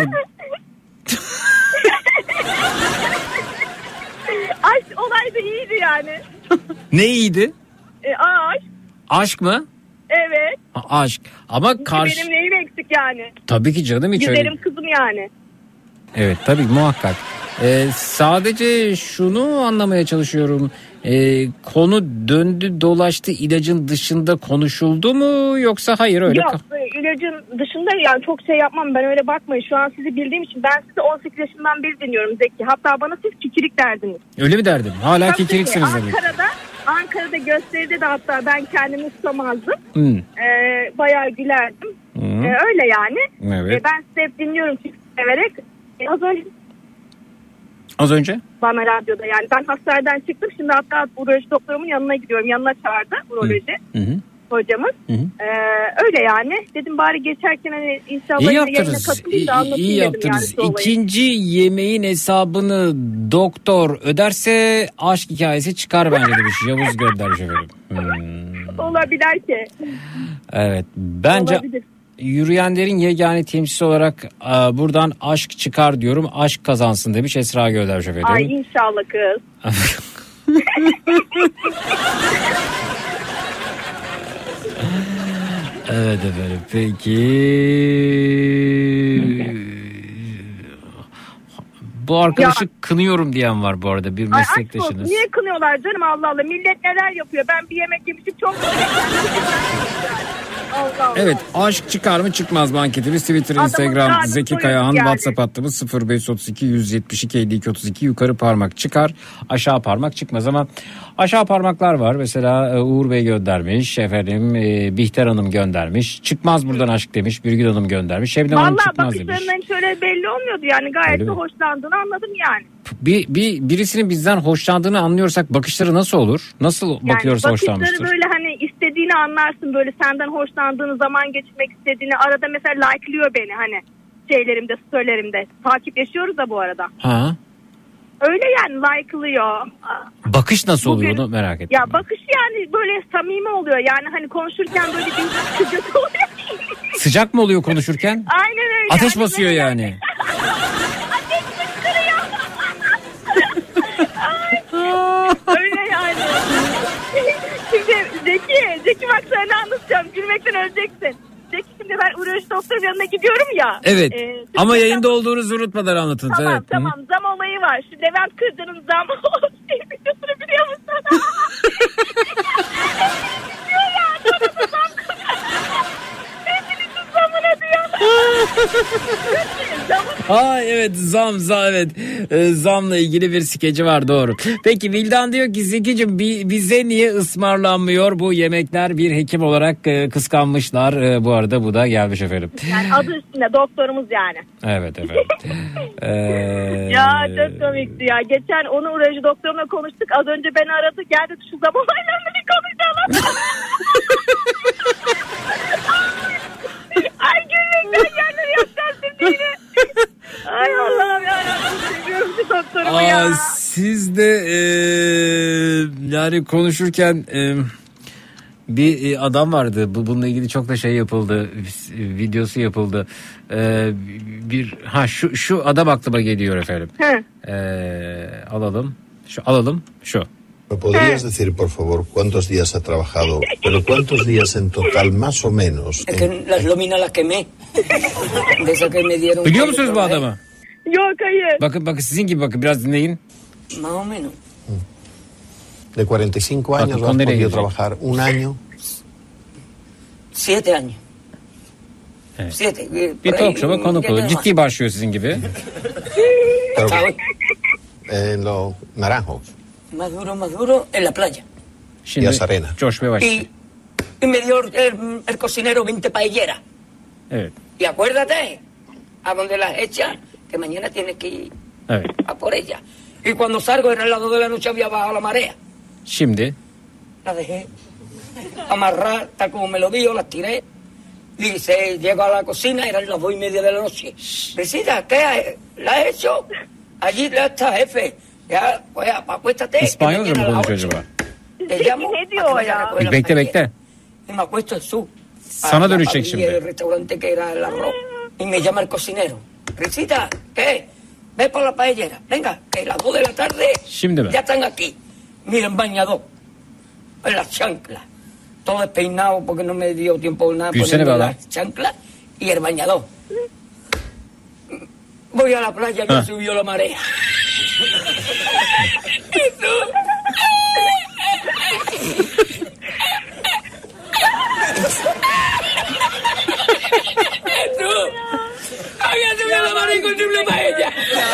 Aşk olay da iyiydi yani. Ne iyiydi? Aşk. Aşk mı? Evet. Aşk. Ama karşı... Benim neyim eksik yani? Tabii ki canım, hiç öyle. Güzelim kızım yani. Evet tabii, muhakkak. Sadece şunu anlamaya çalışıyorum. Konu döndü dolaştı, ilacın dışında konuşuldu mu yoksa hayır öyle? Yok, ilacın dışında yani çok şey yapmam, ben öyle bakmayın. Şu an sizi bildiğim için ben sizi 18 yaşından beri dinliyorum Zeki. Hatta bana siz kikirik derdiniz. Öyle mi derdim? Hala tabii kikiriksiniz demek. Ankara'da gösteride de hatta ben kendimi tutamazdım. Bayağı gülerdim. Öyle yani. Evet. Ben sizi hep dinliyorum çünkü severek. Az önce? Bana radyoda yani. Ben hastaneden çıktım. Şimdi hatta uroloji doktorumun yanına gidiyorum. Yanına çağırdı uroloji hocamız. Öyle yani. Dedim bari geçerken hani inşallah yayına katılayım da anlatayım İyi yaptınız. Yani İkinci yemeğin hesabını doktor öderse aşk hikayesi çıkar bence demiş. Yavuz göndermiş efendim. Olabilir ki. Evet. Bence olabilir. Yürüyenlerin yegane temsilcisi olarak buradan aşk çıkar diyorum. Aşk kazansın demiş Esra göndermiş efendim. Ay inşallah kız. Evet efendim, peki bu arkadaşı kınıyorum diyen var bu arada, bir meslektaşınız. Niye kınıyorlar canım, Allah Allah, millet neler yapıyor, ben bir yemek yemişim çok Allah Allah. Evet, aşk çıkar mı çıkmaz mı anketimiz Twitter, Instagram Zeki Kayhan, WhatsApp hattımız 0532 172 52 32, yukarı parmak çıkar, aşağı parmak çıkmaz. Ama aşağı parmaklar var, mesela Uğur Bey göndermiş efendim, Bihter Hanım göndermiş, çıkmaz buradan aşk demiş, Birgül Hanım göndermiş, Şebnem Hanım çıkmaz demiş. Vallahi bakışlarından şöyle belli olmuyordu yani, gayet de hoşlandığını anladım yani. Birisinin bizden hoşlandığını anlıyorsak bakışları nasıl olur? Nasıl yani bakıyorsa hoşlanmıştır? Bakışları böyle hani istediğini anlarsın, böyle senden hoşlandığını, zaman geçirmek istediğini, arada mesela like'lıyor beni hani şeylerimde, storylerimde. Takipleşiyoruz da bu arada. Ha. Öyle yani, like'lıyor. Bakış nasıl oluyor onu merak ettim. Ya bakış yani böyle samimi oluyor. Yani hani konuşurken böyle bir sıcak oluyor. Sıcak mı oluyor konuşurken? Aynen öyle. Ateş basıyor yani. Ateş fışkırıyor. Öyle yani. Şimdi Zeki bak sana anlatacağım. Gülmekten öleceksin. Zeki, şimdi ben uroloji doktorun yanına gidiyorum ya. Evet. Ama yayında olduğunuzu unutmadan anlatın. Tamam evet. Tamam. Zam olayı var. Şu Levent Kırca'nın zam videosunu biliyor musun? Diyor ya. Sana zam. Hepinizin zamına diyor. Zamın Evet zam evet. Zamla ilgili bir skeci var, doğru. Peki Vildan diyor ki Zeki'cim bize niye ısmarlanmıyor bu yemekler, bir hekim olarak kıskanmışlar. Bu arada bu da gelmiş efendim. Yani adı üstünde doktorumuz yani. Evet efendim. Ya çok komikti ya. Geçen onu uroloji doktorumla konuştuk. Az önce beni aradı. Geldi şu zaman olaylarını bir konuşalım. Ay gülmekten yerleri yapacağız şimdi yine. Ay Allah'ım yarabbim. Seviyorum şu doktorumu ya. Siz de yani konuşurken bir adam vardı. Bununla ilgili çok da şey yapıldı. Videosu yapıldı. Şu adam aklıma geliyor efendim. Alalım. Şu. ¿Me podrías decir, por favor, cuántos días ha trabajado? Pero cuántos días en total, más o menos. Es que las lóminas las quemé. De eso que me dieron. Biliyor musunuz bu adamı? Yok hayır. Bakın sizin gibi bakın, biraz dinleyin. Más o menos. De 45 años has podido trabajar un año. 7 años. Evet. 7. Bir talk show'a konuk oluyor. Ciddi başlıyor sizin gibi. En los naranjos. Más duro en la playa. Şimdi coşmaya başlıyor. Y me dio el cocinero 20 paelleras. Evet. Y acuérdate, a donde las echas, que mañana tienes que ir a por ellas. Y cuando salgo era el lado de la noche, había bajado la marea. Şimdi. La dejé amarrar, tal como me lo dijo, las tiré. Y se llegó a la cocina, eran las 2:30 de la noche. Visita, ¿qué? ¿La has hecho? Allí está, jefe. Ya, pues acuéstate. İspanyolca mı konuşuyor acaba? Te llamo. Ne diyor ya? Bekle. Y me acuesto en su. Sana dönüşecek şimdi. El restaurante que era el arroz. Y me llama el cocinero. Risita, ¿qué? Ve por la paellera. Venga, que las 2 de la tarde şimdi ya están aquí. Miren, bañador. En las chanclas. Todo despeinado porque no me dio tiempo nada. Gülsene be adam. Las chanclas y el bañador. Voy a la playa que subió la marea. Había subido la marea y encontré para ella.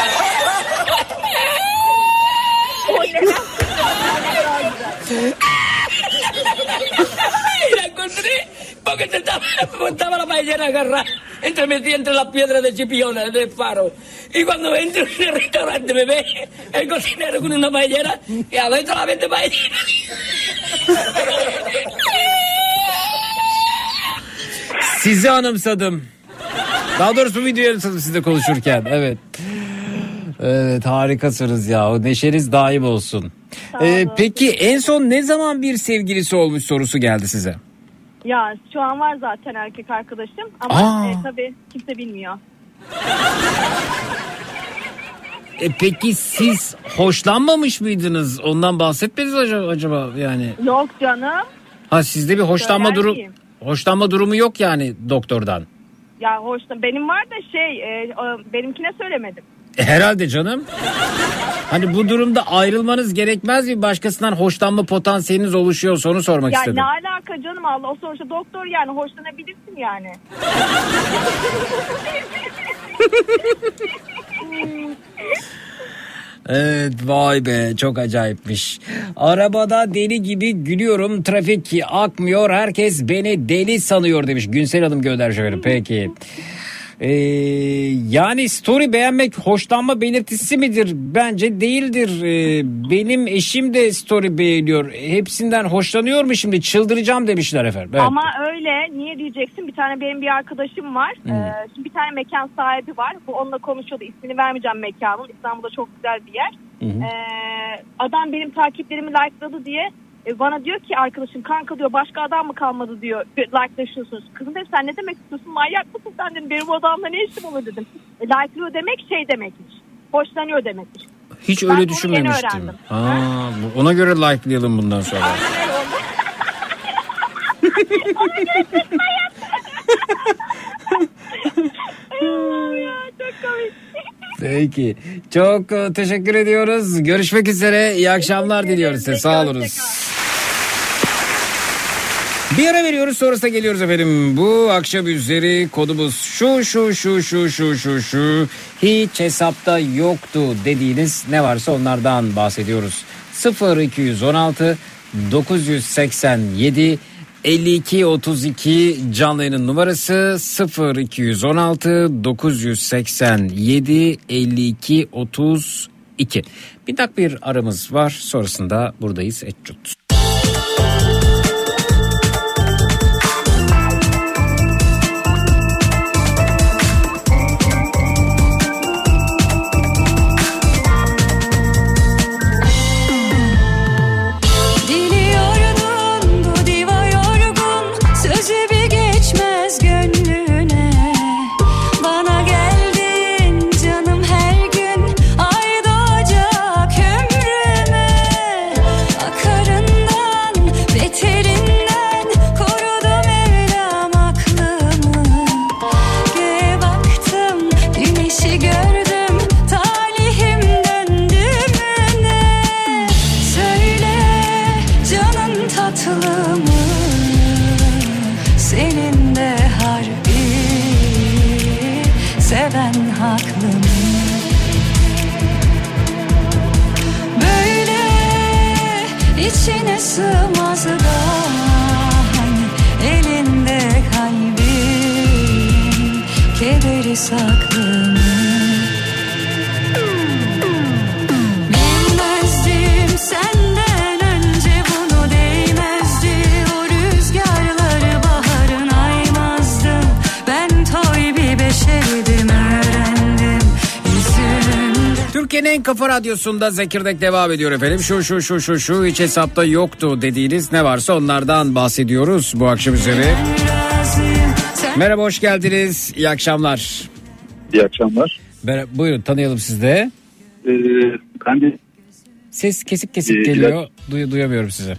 Y la encontré porque estaba la paellera agarrada metida entre las piedras de Chipiona, del faro. Y cuando entro en el restaurante me ve el cocinero con una paellera y adentro la 20 paellera. Sizi anımsadım. Daha doğrusu videoyu anımsadım sizle konuşurken. Evet. Evet, harikasınız ya. O neşeniz daim olsun. Peki en son ne zaman bir sevgilisi olmuş sorusu geldi size? Ya şu an var zaten erkek arkadaşım ama tabii kimse bilmiyor. Peki siz hoşlanmamış mıydınız? Ondan bahsetmediniz acaba yani? Yok canım. Sizde bir hoşlanma durumu yok yani doktordan. Ya benim var da benimkine söylemedim. Herhalde canım. Hani bu durumda ayrılmanız gerekmez mi? Başkasından hoşlanma potansiyeliniz oluşuyor. Onu sormak istedim. Ya ne alaka canım, Allah, o sonuçta doktor yani, hoşlanabilirsin yani. Evet, vay be, çok acayipmiş. Arabada deli gibi gülüyorum, trafik akmıyor, herkes beni deli sanıyor demiş. Günsel Hanım göndermiş efendim. Peki. Yani story beğenmek hoşlanma belirtisi midir? Bence değildir. Benim eşim de story beğeniyor. Hepsinden hoşlanıyor mu şimdi? Çıldıracağım demişler efendim. Evet. Ama öyle niye diyeceksin? Bir tane benim bir arkadaşım var. Şimdi bir tane mekan sahibi var. Bu onunla konuşuyordu. İsmini vermeyeceğim mekanın. İstanbul'da çok güzel bir yer. Adam benim takiplerimi likeladı diye bana diyor ki arkadaşım, kanka diyor, başka adam mı kalmadı diyor, like'laşıyorsunuz. Kızım dedim, sen ne demek istiyorsun, manyak mısın sen dedim, benim o adamla ne işim olur dedim. Like'lıyor demek şey demekmiş, hoşlanıyor demekmiş. Hiç ben öyle düşünmemiştim. Ona göre like'layalım bundan sonra. Ona göre çıkma yap. Çok komik. Peki. Çok teşekkür ediyoruz. Görüşmek üzere. İyi akşamlar diliyoruz size. Sağ olunuz. Bir ara veriyoruz, sonrasında geliyoruz efendim. Bu akşam üzeri kodumuz şu. Hiç hesapta yoktu dediğiniz ne varsa onlardan bahsediyoruz. 0216 987 5232 canlı yayının numarası 0216 987 5232. Bir dakika, bir aramız var, sonrasında buradayız. Etcut. İçine sığmaz da hani elinde kalbim kederi saklı. Bilmezdim senden önce bunu, değmezdi o rüzgarları, baharın aymazdım. Ben toy bir beşerdim, öğrendim yüzümde. Türkiye'nin en kafa radyosunda Zekirdek devam ediyor efendim. Şu hiç hesapta yoktu dediğiniz ne varsa onlardan bahsediyoruz bu akşam üzeri. Merhaba, hoş geldiniz. İyi akşamlar. İyi akşamlar. Buyurun, tanıyalım siz de. Ben de... Ses kesik geliyor. Duyamıyorum sizi.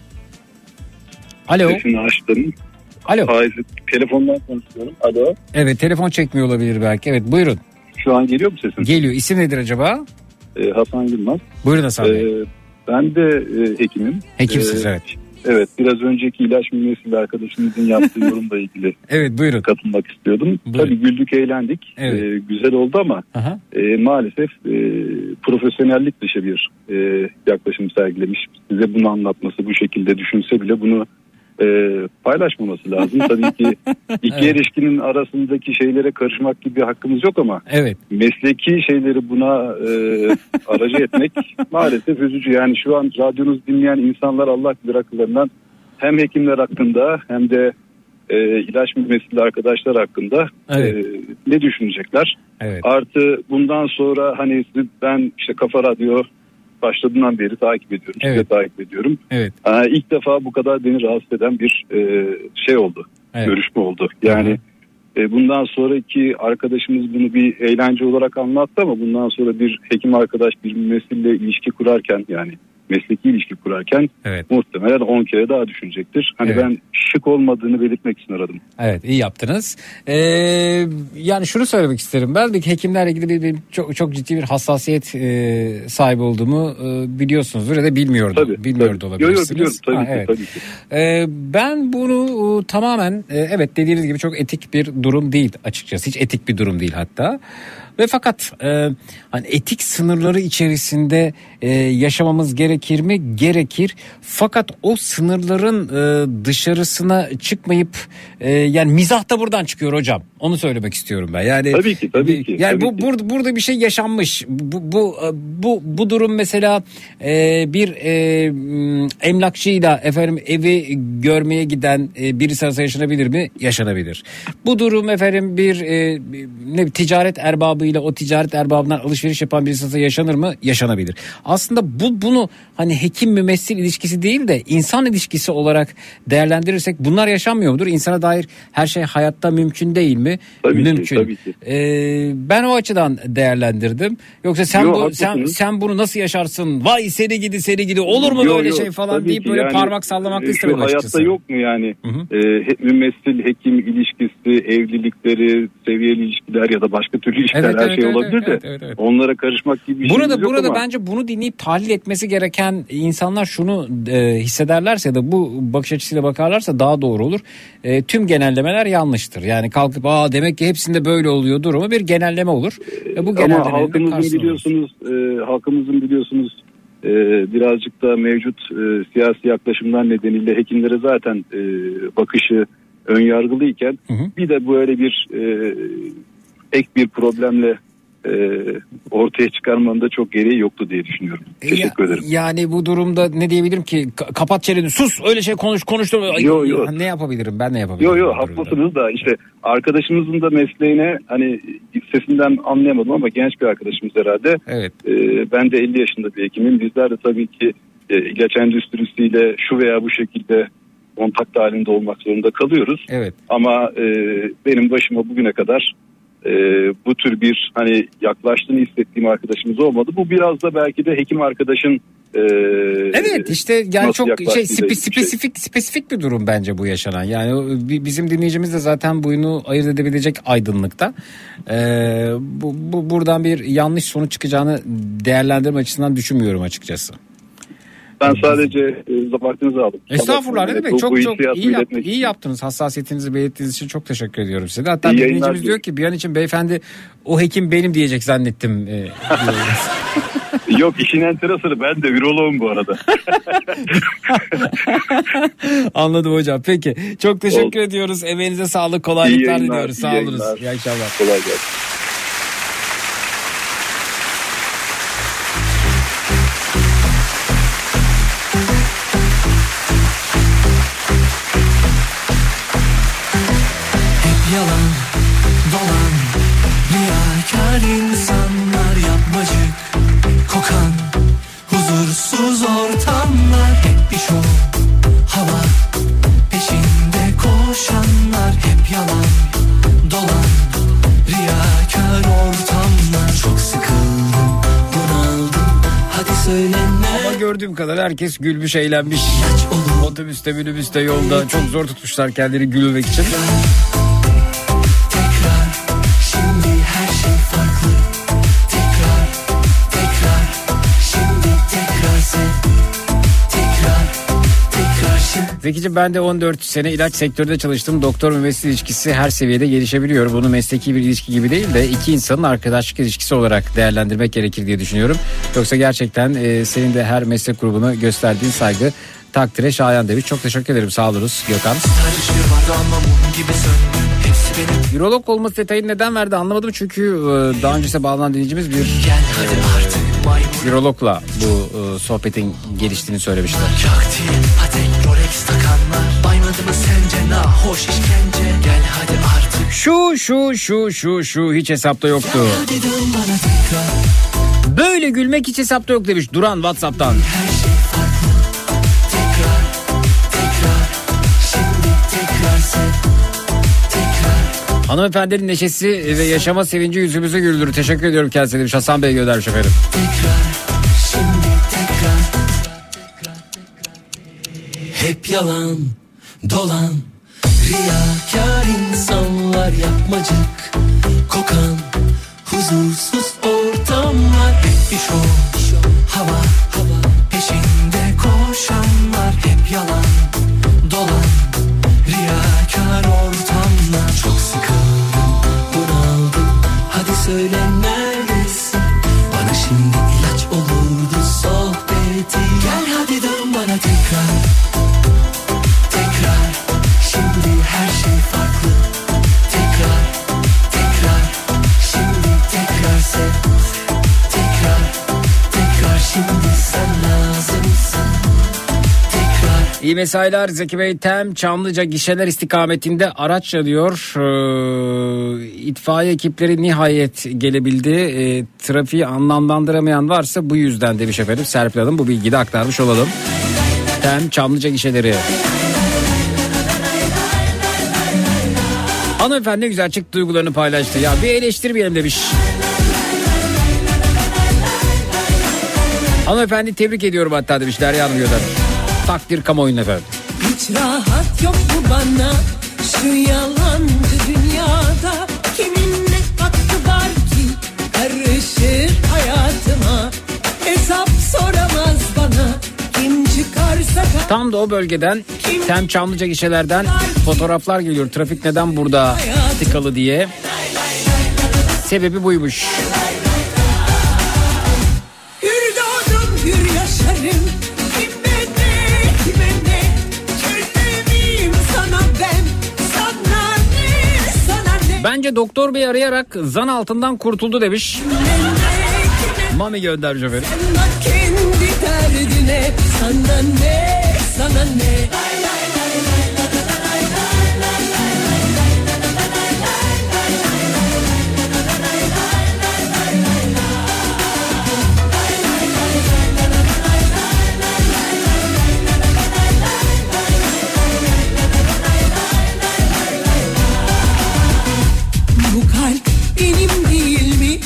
Alo. Sesini açtım. Alo. Hayır, telefondan konuşuyorum. Alo. Evet, telefon çekmiyor olabilir belki. Evet, buyurun. Şu an geliyor mu sesim? Geliyor. İsim nedir acaba? Hasan Yılmaz. Buyurun Hasan Bey. Ben de hekimim. Hekimsiniz, evet. Evet, biraz önceki ilaç mümessili arkadaşımızın yaptığı yorumla ilgili evet, buyurun. Katılmak istiyordum. Buyurun. Tabii güldük, eğlendik. Evet. Güzel oldu ama maalesef profesyonellik dışı bir yaklaşım sergilemiş. Size bunu anlatması, bu şekilde düşünse bile bunu paylaşmaması lazım. Tabii ki iki ilişkinin arasındaki şeylere karışmak gibi bir hakkımız yok ama mesleki şeyleri buna aracı etmek maalesef üzücü. Yani şu an radyonuzu dinleyen insanlar Allah bilir akıllarından hem hekimler hakkında hem de ilaç mümessili arkadaşlar hakkında ne düşünecekler? Evet. Artı bundan sonra hani ben işte Kafa Radyo başladığından beri takip ediyorum. Evet. Size takip ediyorum. Evet. İlk defa bu kadar beni rahatsız eden bir şey oldu. Evet. Görüşme oldu. Yani bundan sonraki arkadaşımız bunu bir eğlence olarak anlattı ama bundan sonra bir hekim arkadaş bir mümessille ilişki kurarken, yani mesleki ilişki kurarken muhtemelen 10 kere daha düşünecektir. Hani ben şık olmadığını belirtmek için aradım. Evet, iyi yaptınız. Yani şunu söylemek isterim. Ben de hekimlerle ilgili bir çok ciddi bir hassasiyet sahibi olduğumu biliyorsunuzdur ya da bilmiyordum. Bilmiyor da olabilirsiniz. Biliyorum tabii ki. Ben bunu tamamen evet dediğiniz gibi çok etik bir durum değil açıkçası. Hiç etik bir durum değil hatta. Ve fakat hani etik sınırları içerisinde yaşamamız gerekir mi? Gerekir. Fakat o sınırların dışarısına çıkmayıp yani mizah da buradan çıkıyor hocam. Onu söylemek istiyorum ben. Yani tabii ki. Yani tabii ki. Burada bir şey yaşanmış. Bu durum mesela bir emlakçıyla efendim evi görmeye giden birisi arasında yaşanabilir mi? Yaşanabilir. Bu durum efendim bir ticaret erbabı ile o ticaret erbabından alışveriş yapan birisi arasında yaşanır mı? Yaşanabilir. Aslında bunu hani hekim mümessil ilişkisi değil de insan ilişkisi olarak değerlendirirsek bunlar yaşanmıyor mudur? İnsana dair her şey hayatta mümkün değil mi? mi? Tabii mümkün. Ki, tabii ki. Ben o açıdan değerlendirdim. Yoksa sen bunu nasıl yaşarsın? Vay seni gidi olur mu böyle şey falan deyip böyle parmak sallamak da istemem açıkçası. Hayatta yok mu yani mümessil hekim ilişkisi, evlilikleri, seviyeli ilişkiler ya da başka türlü ilişkiler her şey olabilir de onlara karışmak gibi bir şey yok. Burada bence bunu dinleyip tahlil etmesi gereken insanlar şunu hissederlerse ya da bu bakış açısıyla bakarlarsa daha doğru olur. Tüm genellemeler yanlıştır. Yani kalkıp demek ki hepsinde böyle oluyor durumu bir genelleme olur. Bu ama halkımızın biliyorsunuz birazcık da mevcut siyasi yaklaşımlar nedeniyle hekimlere zaten bakışı önyargılıyken bir de böyle bir ek bir problemle ortaya çıkarmanın da çok gereği yoktu diye düşünüyorum. Teşekkür ederim. Yani bu durumda ne diyebilirim ki? Kapat çeneni, sus, öyle şey konuştum. Yok. Ne yapabilirim? Ben ne yapabilirim? Yok haklısınız da işte arkadaşımızın da mesleğine hani sesinden anlayamadım ama genç bir arkadaşımız herhalde. Evet. Ben de 50 yaşında bir hekimim. Bizler de tabii ki ilaç endüstrisiyle şu veya bu şekilde kontak halinde olmak zorunda kalıyoruz. Evet. Ama benim başıma bugüne kadar bu tür bir hani yaklaştığını hissettiğim arkadaşımız olmadı. Bu biraz da belki de hekim arkadaşın evet işte yani çok spesifik bir durum bence bu yaşanan. Yani bizim dinleyicimiz de zaten bunu ayırt edebilecek aydınlıkta. Buradan bir yanlış sonuç çıkacağını değerlendirme açısından düşünmüyorum açıkçası. Ben sadece vaktinizi aldım. Estağfurullah, ne demek? Çok iyi yaptınız. Hassasiyetinizi belirttiğiniz için çok teşekkür ediyorum size. Hatta dinleyicimiz diyor ki bir an için beyefendi o hekim benim diyecek zannettim. Yok, işin enteresanı ben de üroloğum bu arada. Anladım hocam. Peki. Çok teşekkür ediyoruz. Emeğinize sağlık, kolaylıklar diliyoruz. Sağ olunuz. İyi akşamlar. Kolay gelsin. Yalan, dolan, riyakar insanlar, yapmacık, kokan, huzursuz ortamlar, hep bir şov, hava, peşinde koşanlar, hep yalan, dolan, riyakar ortamlar. Çok sıkıldım, bunaldım, hadi söyle ne? Ama gördüğüm kadar herkes gülmüş, eğlenmiş. Otobüste, minibüste, yolda çok zor tutmuşlar kendini gülmek için. Zekiciğim, ben de 14 sene ilaç sektöründe çalıştım. Doktor mühendislik ilişkisi her seviyede gelişebiliyor. Bunu mesleki bir ilişki gibi değil de iki insanın arkadaşlık ilişkisi olarak değerlendirmek gerekir diye düşünüyorum. Yoksa gerçekten senin de her meslek grubuna gösterdiğin saygı takdire şayan demiş. Çok teşekkür ederim. Sağ oluruz Gökhan. Ürolog olması detayını neden verdi anlamadım. Çünkü daha öncesine bağlanan dinleyicimiz bir ürologla bu sohbetin geliştiğini söylemişler. Şu hiç hesapta yoktu. Böyle gülmek hiç hesapta yok demiş Duran WhatsApp'tan. Hanımefendinin neşesi ve yaşama sevinci yüzümüze güldürür. Teşekkür ediyorum kendisine demiş. Hasan Bey göndermiş efendim. Hep yalan, dolan, riyakar insanlar, yapmacık, kokan, huzursuz ortamlar, hep bir şov, hava, peşinde koşanlar, hep yalan, dolan, riyakar ortamlar. Çok sıkıldım, bunaldım, hadi söyle neredesin? Bana şimdi ilaç olurdu sohbeti. Gel hadi dön bana tekrar. Şimdi her şey farklı. Tekrar, şimdi tekrar sev. Tekrar şimdi sen lazımsın. İyi mesailer Zeki Bey. Tem Çamlıca gişeler istikametinde araç yanıyor. İtfaiye ekipleri nihayet gelebildi. Trafiği anlamlandıramayan varsa bu yüzden demiş efendim. Serpil Hanım, bu bilgiyi de aktarmış olalım. Tem Çamlıca gişeleri. Hanımefendi güzel çıktı, duygularını paylaştı. Ya bir eleştirmeyelim demiş. Hanımefendi tebrik ediyorum hatta demiş, Derya Hanım göndermiş. Takdir kamuoyunda efendim. Hiç rahat yok mu bana şu yalancı dünyada? Kimin ne hakkı var ki karışır hayatıma? Hesap soramaz bana kim çıkarsa. Tam da o bölgeden Tem Çamlıca gişelerden fotoğraflar geliyor. Trafik neden burada tıkalı diye. Sebebi buymuş. Hür doğdum hür yaşarım. Kime ne çözemeyim sana ben. Sana ne. Bence doktor bey arayarak zan altından kurtuldu demiş. Mami göndermiş efendim. Sen kendi derdine sana ne. Bu kalp benim değil mi?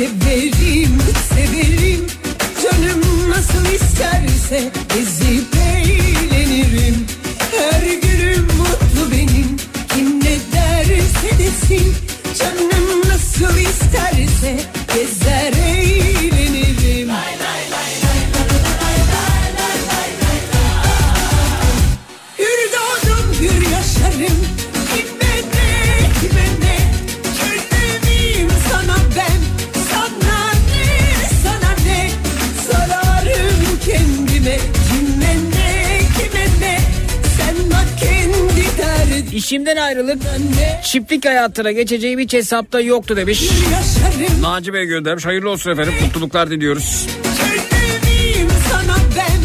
Severim. Canım nasıl isterse ezip eğlenirim. Her günüm mutlu benim. Kim ne derse desin. Canım nasıl isterse gezer eğlenirim. Hür doğdum hür yaşarım. Kime ne çözemeyim sana ben. Sana ne zararım kendime. Kime ne sen bak kendi derdin. İşimden ayrılıp çiftlik hayatına geçeceğim hiç hesapta yoktu demiş. Naci Bey göndermiş. Hayırlı olsun efendim. Mutluluklar diliyoruz. Çözemeyim sana ben.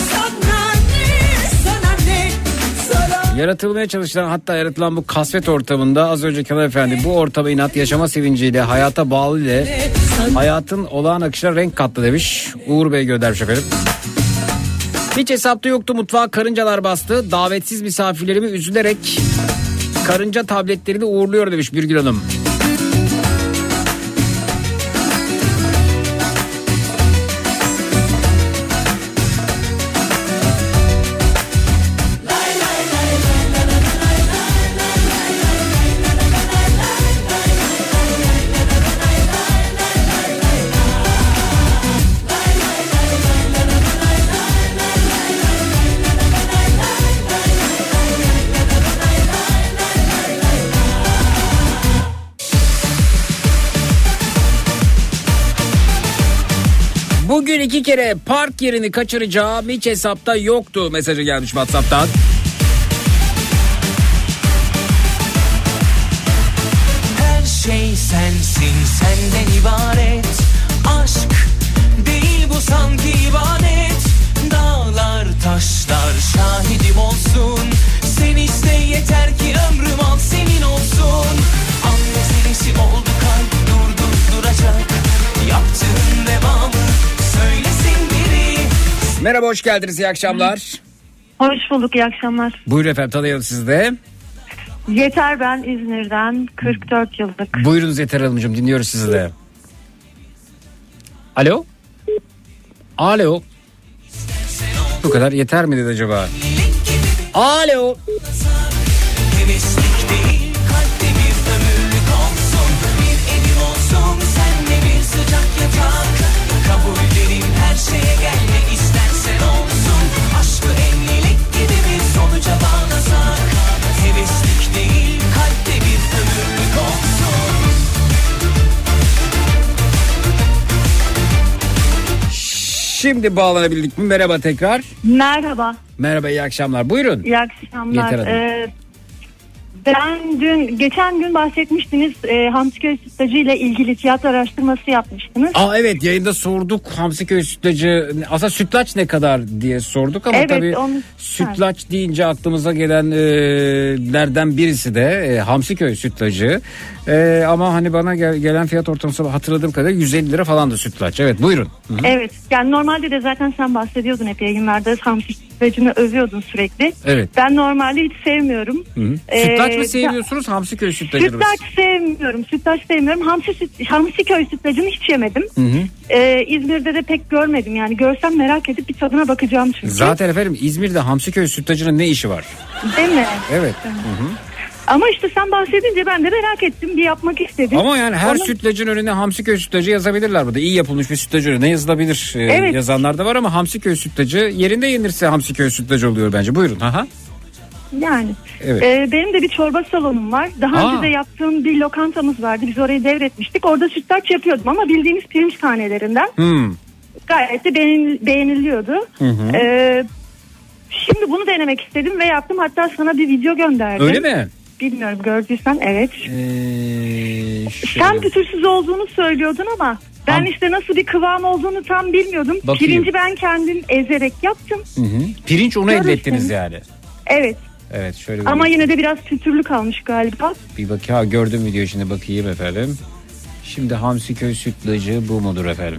Sana ne zararım. Yaratılmaya çalışılan, hatta yaratılan bu kasvet ortamında az önceki hanımefendi bu ortama inat, yaşama sevinciyle, hayata bağlı ile hayatın olağan akışına renk kattı demiş. Uğur Bey göndermiş efendim. Hiç hesapta yoktu, mutfağa karıncalar bastı. Davetsiz misafirlerimi üzülerek karınca tabletlerini uğurluyor demiş Birgül Hanım. Bugün 2 kere park yerini kaçıracağım, hiç hesapta yoktu mesajı gelmiş WhatsApp'tan. Her şey sensin, senden ibaret. Aşk değil bu sanki ibadet. Dağlar taşlar şahidim olsun. Sen iste yeter ki ömrüm al senin olsun. An meselesi oldu, kalp duracak. Yaptığın devamı söylesin biri. Merhaba, hoş geldiniz, iyi akşamlar. Hoş bulduk, iyi akşamlar. Buyurun efendim, tanıyalım sizi de. Yeter, ben İzmir'den, 44 yıllık. Buyurunuz Yeter Hanımcığım, dinliyoruz sizi de. Alo? Alo? Bu kadar yeter mi dedi acaba? Alo? Heveslik değil, kalpte bir ömürlük olsun. Bir evim olsun, senle bir sıcak yatak. Kabul ederim her şeye, gelme istersen olsun. Aşkı evlilik gibi bir sonuca bağlasak. Heveslik değil, kalpte bir ömürlük olsun. Şimdi bağlanabildik mi? Merhaba tekrar. Merhaba. Merhaba, iyi akşamlar. Buyurun. İyi akşamlar. Yeter Hanım. Ben geçen gün bahsetmiştiniz, Hamsiköy Sütlacı ile ilgili tiyatro araştırması yapmıştınız. Evet, yayında sorduk Hamsiköy Sütlacı, aslında sütlaç ne kadar diye sorduk ama evet, tabii sütlaç deyince aklımıza gelenlerden birisi de Hamsiköy Sütlacı. Ama hani bana gelen fiyat ortalaması hatırladığım kadarıyla 150 lira falan da sütlaç. Evet, buyurun. Hı-hı. Evet, yani normalde de zaten sen bahsediyordun hep yayınlarda sütlacını övüyordun sürekli. Evet. Ben normalde hiç sevmiyorum. Sütlaç mı seviyorsunuz, Hamsiköy sütlacını mı? Sütlaç sevmiyorum. Hamsiköy sütlacını hiç yemedim. İzmir'de de pek görmedim. Yani görsem merak edip bir tadına bakacağım çünkü. Zaten efendim İzmir'de Hamsiköy sütlacının ne işi var? Değil mi? Evet. Ama işte sen bahsedince ben de merak ettim. Bir yapmak istedim. Ama yani her sütlacın önüne Hamsiköy sütlacı yazabilirler burada. İyi yapılmış bir sütlacın önüne yazılabilir. Evet. Yazanlar da var ama Hamsiköy sütlacı yerinde yenirse Hamsiköy sütlacı oluyor bence. Buyurun. Aha. Yani evet. Benim de bir çorba salonum var. Daha önce de yaptığım bir lokantamız vardı. Biz orayı devretmiştik. Orada sütlaç yapıyordum ama bildiğiniz pirinç tanelerinden. Gayet de beğeniliyordu. Şimdi bunu denemek istedim ve yaptım. Hatta sana bir video gönderdim. Öyle mi? Bilmiyorum, gördüysen evet. Sen pütürsüz olduğunu söylüyordun ama ben işte nasıl bir kıvam olduğunu tam bilmiyordum. Bakayım. Pirinci ben kendim ezerek yaptım. Pirinç unu elde ettiniz yani. Evet. Evet, şöyle bir ama yine de biraz pütürlü kalmış galiba. Bir bakayım, gördüm videoyu, şimdi bakayım efendim. Şimdi Hamsiköy sütlacı bu mudur efendim?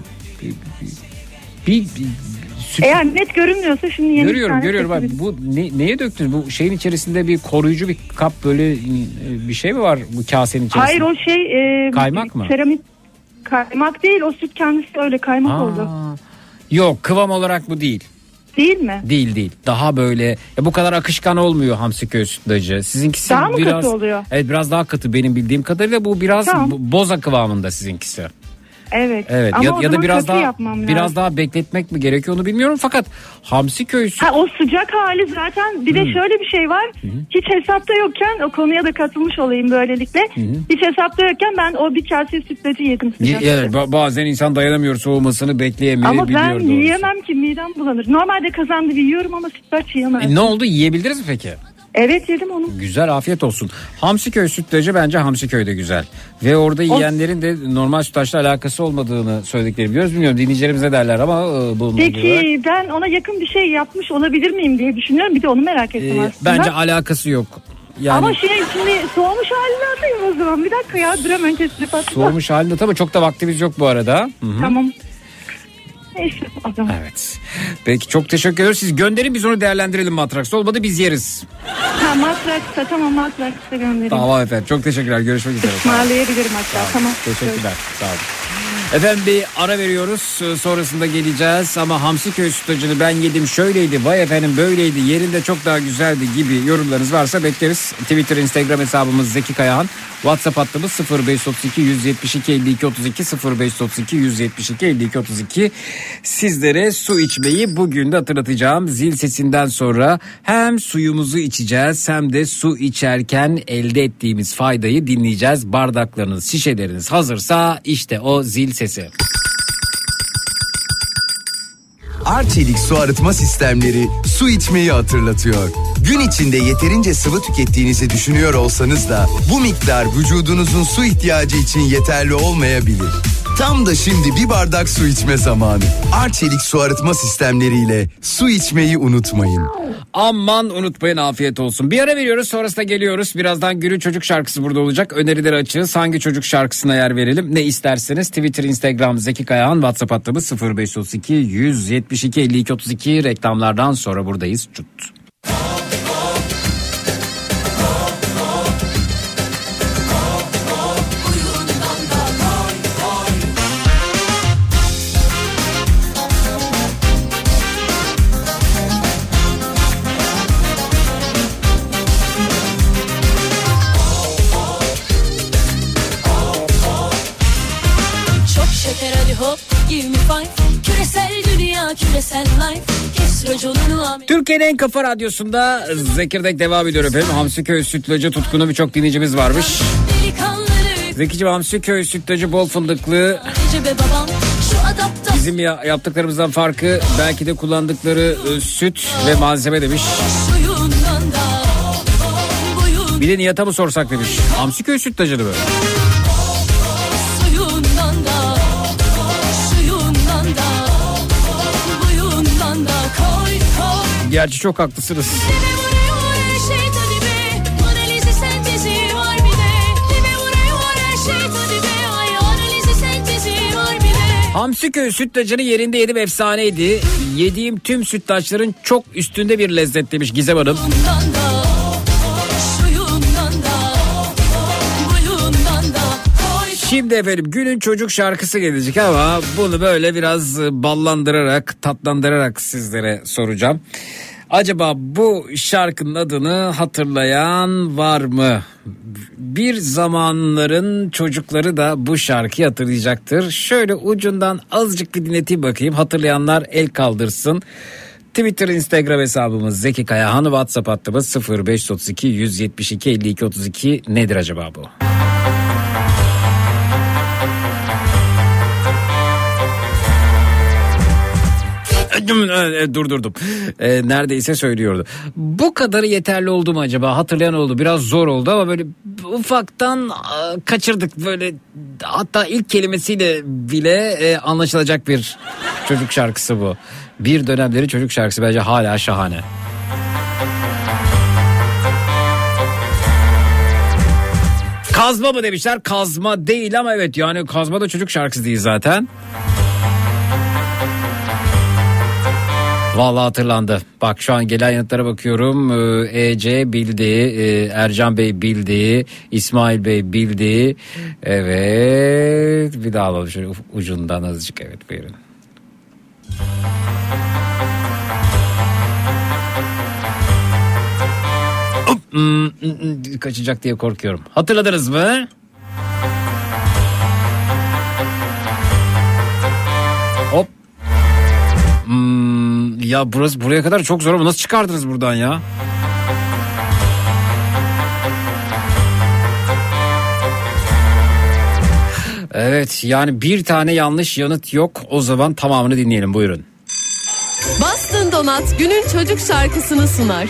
Eğer net görünmüyorsa şimdi yeni görüyorum. Bak, bu neye döktünüz? Bu şeyin içerisinde bir koruyucu bir kap, böyle bir şey mi var bu kasenin içerisinde? Hayır, o şey kaymak mı? Seramik kaymak değil, o süt kendisi öyle kaymak oldu. Yok, kıvam olarak bu değil. Değil mi? Değil. Daha böyle bu kadar akışkan olmuyor Hamsiköy sütlacı. Sizinkisi daha mı biraz katı oluyor? Evet, biraz daha katı benim bildiğim kadarıyla. Bu biraz boza kıvamında sizinkisi. Evet. Ama ya da biraz daha bekletmek mi gerekiyor onu bilmiyorum, fakat Hamsiköy o sıcak hali zaten. Bir de şöyle bir şey var. Hiç hesapta yokken, o konuya da katılmış olayım böylelikle. Hiç hesapta yokken ben o bir kase sütlacı yedim sıcak. Evet, bazen insan dayanamıyor, soğumasını bekleyemeyebiliyor. Ama ben yiyemem ki, midem bulanır. Normalde kazandı yiyorum ama sütlaç yiyemem. Ne oldu, yiyebildiniz mi peki? Evet, yedim onu. Güzel, afiyet olsun. Hamsiköy sütlacı bence Hamsiköy'de güzel. Ve orada yiyenlerin de normal sütlaçla alakası olmadığını söylediklerini biliyoruz. Bilmiyorum, dinleyicilerimiz ne derler ama peki ben ona yakın bir şey yapmış olabilir miyim diye düşünüyorum. Bir de onu merak ettim aslında. Bence alakası yok. Yani, ama şimdi soğumuş halini atayım o zaman. Bir dakika ya, dur hemen kesip atayım. Soğumuş halinde tabii, çok da vaktimiz yok bu arada. Tamam. Evet. Peki, çok teşekkür ederiz. Siz gönderin, biz onu değerlendirelim. Matraksa olmadı biz yeriz. Matraksa gönderin. Tamam efendim, çok teşekkürler, görüşmek üzere. Ismarlayabilirim hatta. Tamam. Teşekkürler, sağ olun. Efendim, bir ara veriyoruz, sonrasında geleceğiz. Ama Hamsiköy sütlacını ben yedim, şöyleydi, vay efendim böyleydi, yerinde çok daha güzeldi gibi yorumlarınız varsa bekleriz. Twitter, Instagram hesabımız Zeki Kayahan. WhatsApp hattımız 0532 172 52 32 0532 172 52 32. Sizlere su içmeyi bugün de hatırlatacağım. Zil sesinden sonra hem suyumuzu içeceğiz hem de su içerken elde ettiğimiz faydayı dinleyeceğiz. Bardaklarınız, şişeleriniz hazırsa işte o zil sesi. Arçelik su arıtma sistemleri su içmeyi hatırlatıyor. Gün içinde yeterince sıvı tükettiğinizi düşünüyor olsanız da bu miktar vücudunuzun su ihtiyacı için yeterli olmayabilir. Tam da şimdi bir bardak su içme zamanı. Arçelik su arıtma sistemleriyle su içmeyi unutmayın. Aman unutmayın, afiyet olsun. Bir ara veriyoruz, sonrasında geliyoruz. Birazdan Gül'ün çocuk şarkısı burada olacak. Önerileri açığız. Hangi çocuk şarkısına yer verelim? Ne isterseniz Twitter, Instagram Zeki Kayahan, WhatsApp hattımız 0532 172 52 32. Reklamlardan sonra buradayız. Çut. Türkiye'nin en kafa radyosunda Zekirdek devam ediyor efendim. Hamsiköy sütlacı tutkunu birçok dinleyicimiz varmış. Zekiciğim, Hamsiköy sütlacı bol fındıklı. Bizim yaptıklarımızdan farkı belki de kullandıkları süt ve malzeme demiş. Bir de Nihat'a mı sorsak demiş. Hamsiköy sütlacını böyle. Gerçi çok haklısınız. Hamsiköy sütlacını yerinde yedim, efsaneydi. Yediğim tüm sütlaçların çok üstünde bir lezzet demiş Gizem Hanım. Şimdi efendim günün çocuk şarkısı gelecek ama bunu böyle biraz ballandırarak, tatlandırarak sizlere soracağım. Acaba bu şarkının adını hatırlayan var mı? Bir zamanların çocukları da bu şarkıyı hatırlayacaktır. Şöyle ucundan azıcık bir dinleteyim bakayım. Hatırlayanlar el kaldırsın. Twitter, Instagram hesabımız Zeki Kayahan, WhatsApp hattımız 0532 172 52 32. Nedir acaba bu? Durdurdum. Neredeyse söylüyordu. Bu kadarı yeterli oldu mu acaba? Hatırlayan oldu. Biraz zor oldu ama böyle ufaktan kaçırdık. Böyle hatta ilk kelimesiyle bile anlaşılacak bir çocuk şarkısı bu. Bir dönemleri çocuk şarkısı, bence hala şahane. Kazma mı demişler? Kazma değil ama evet, yani kazma da çocuk şarkısı değil zaten. Vallahi hatırlandı. Bak şu an gelen yanıtlara bakıyorum. EC bildi, Ercan Bey bildi, İsmail Bey bildi. Evet, bir daha alalım şöyle ucundan azıcık. Evet, buyurun. Kaçacak diye korkuyorum. Hatırladınız mı? Hop. Ya buraya kadar çok zor ama nasıl çıkardınız buradan ya? Evet, yani bir tane yanlış yanıt yok. O zaman tamamını dinleyelim, buyurun. Boston Donat günün çocuk şarkısını sunar.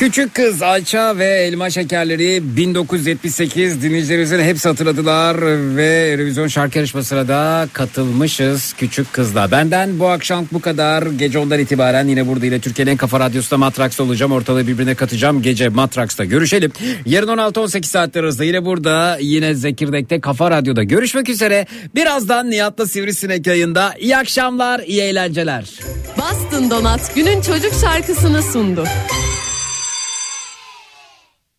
Küçük Kız, Ayça ve Elma Şekerleri 1978 dinleyicilerimizin hepsi hatırladılar ve Eurovision şarkı yarışmasına da katılmışız Küçük Kız'la. Benden bu akşam bu kadar. Gece 10'dan itibaren yine burada ile Türkiye'nin en kafa radyosunda Matraks'ta olacağım. Ortalığı birbirine katacağım. Gece Matraks'ta görüşelim. Yarın 16-18 saatler arasında yine burada, yine Zekirdek'te Kafa Radyo'da görüşmek üzere. Birazdan Nihat'la Sivrisinek yayında. İyi akşamlar, iyi eğlenceler. Bastın Donat günün çocuk şarkısını sundu.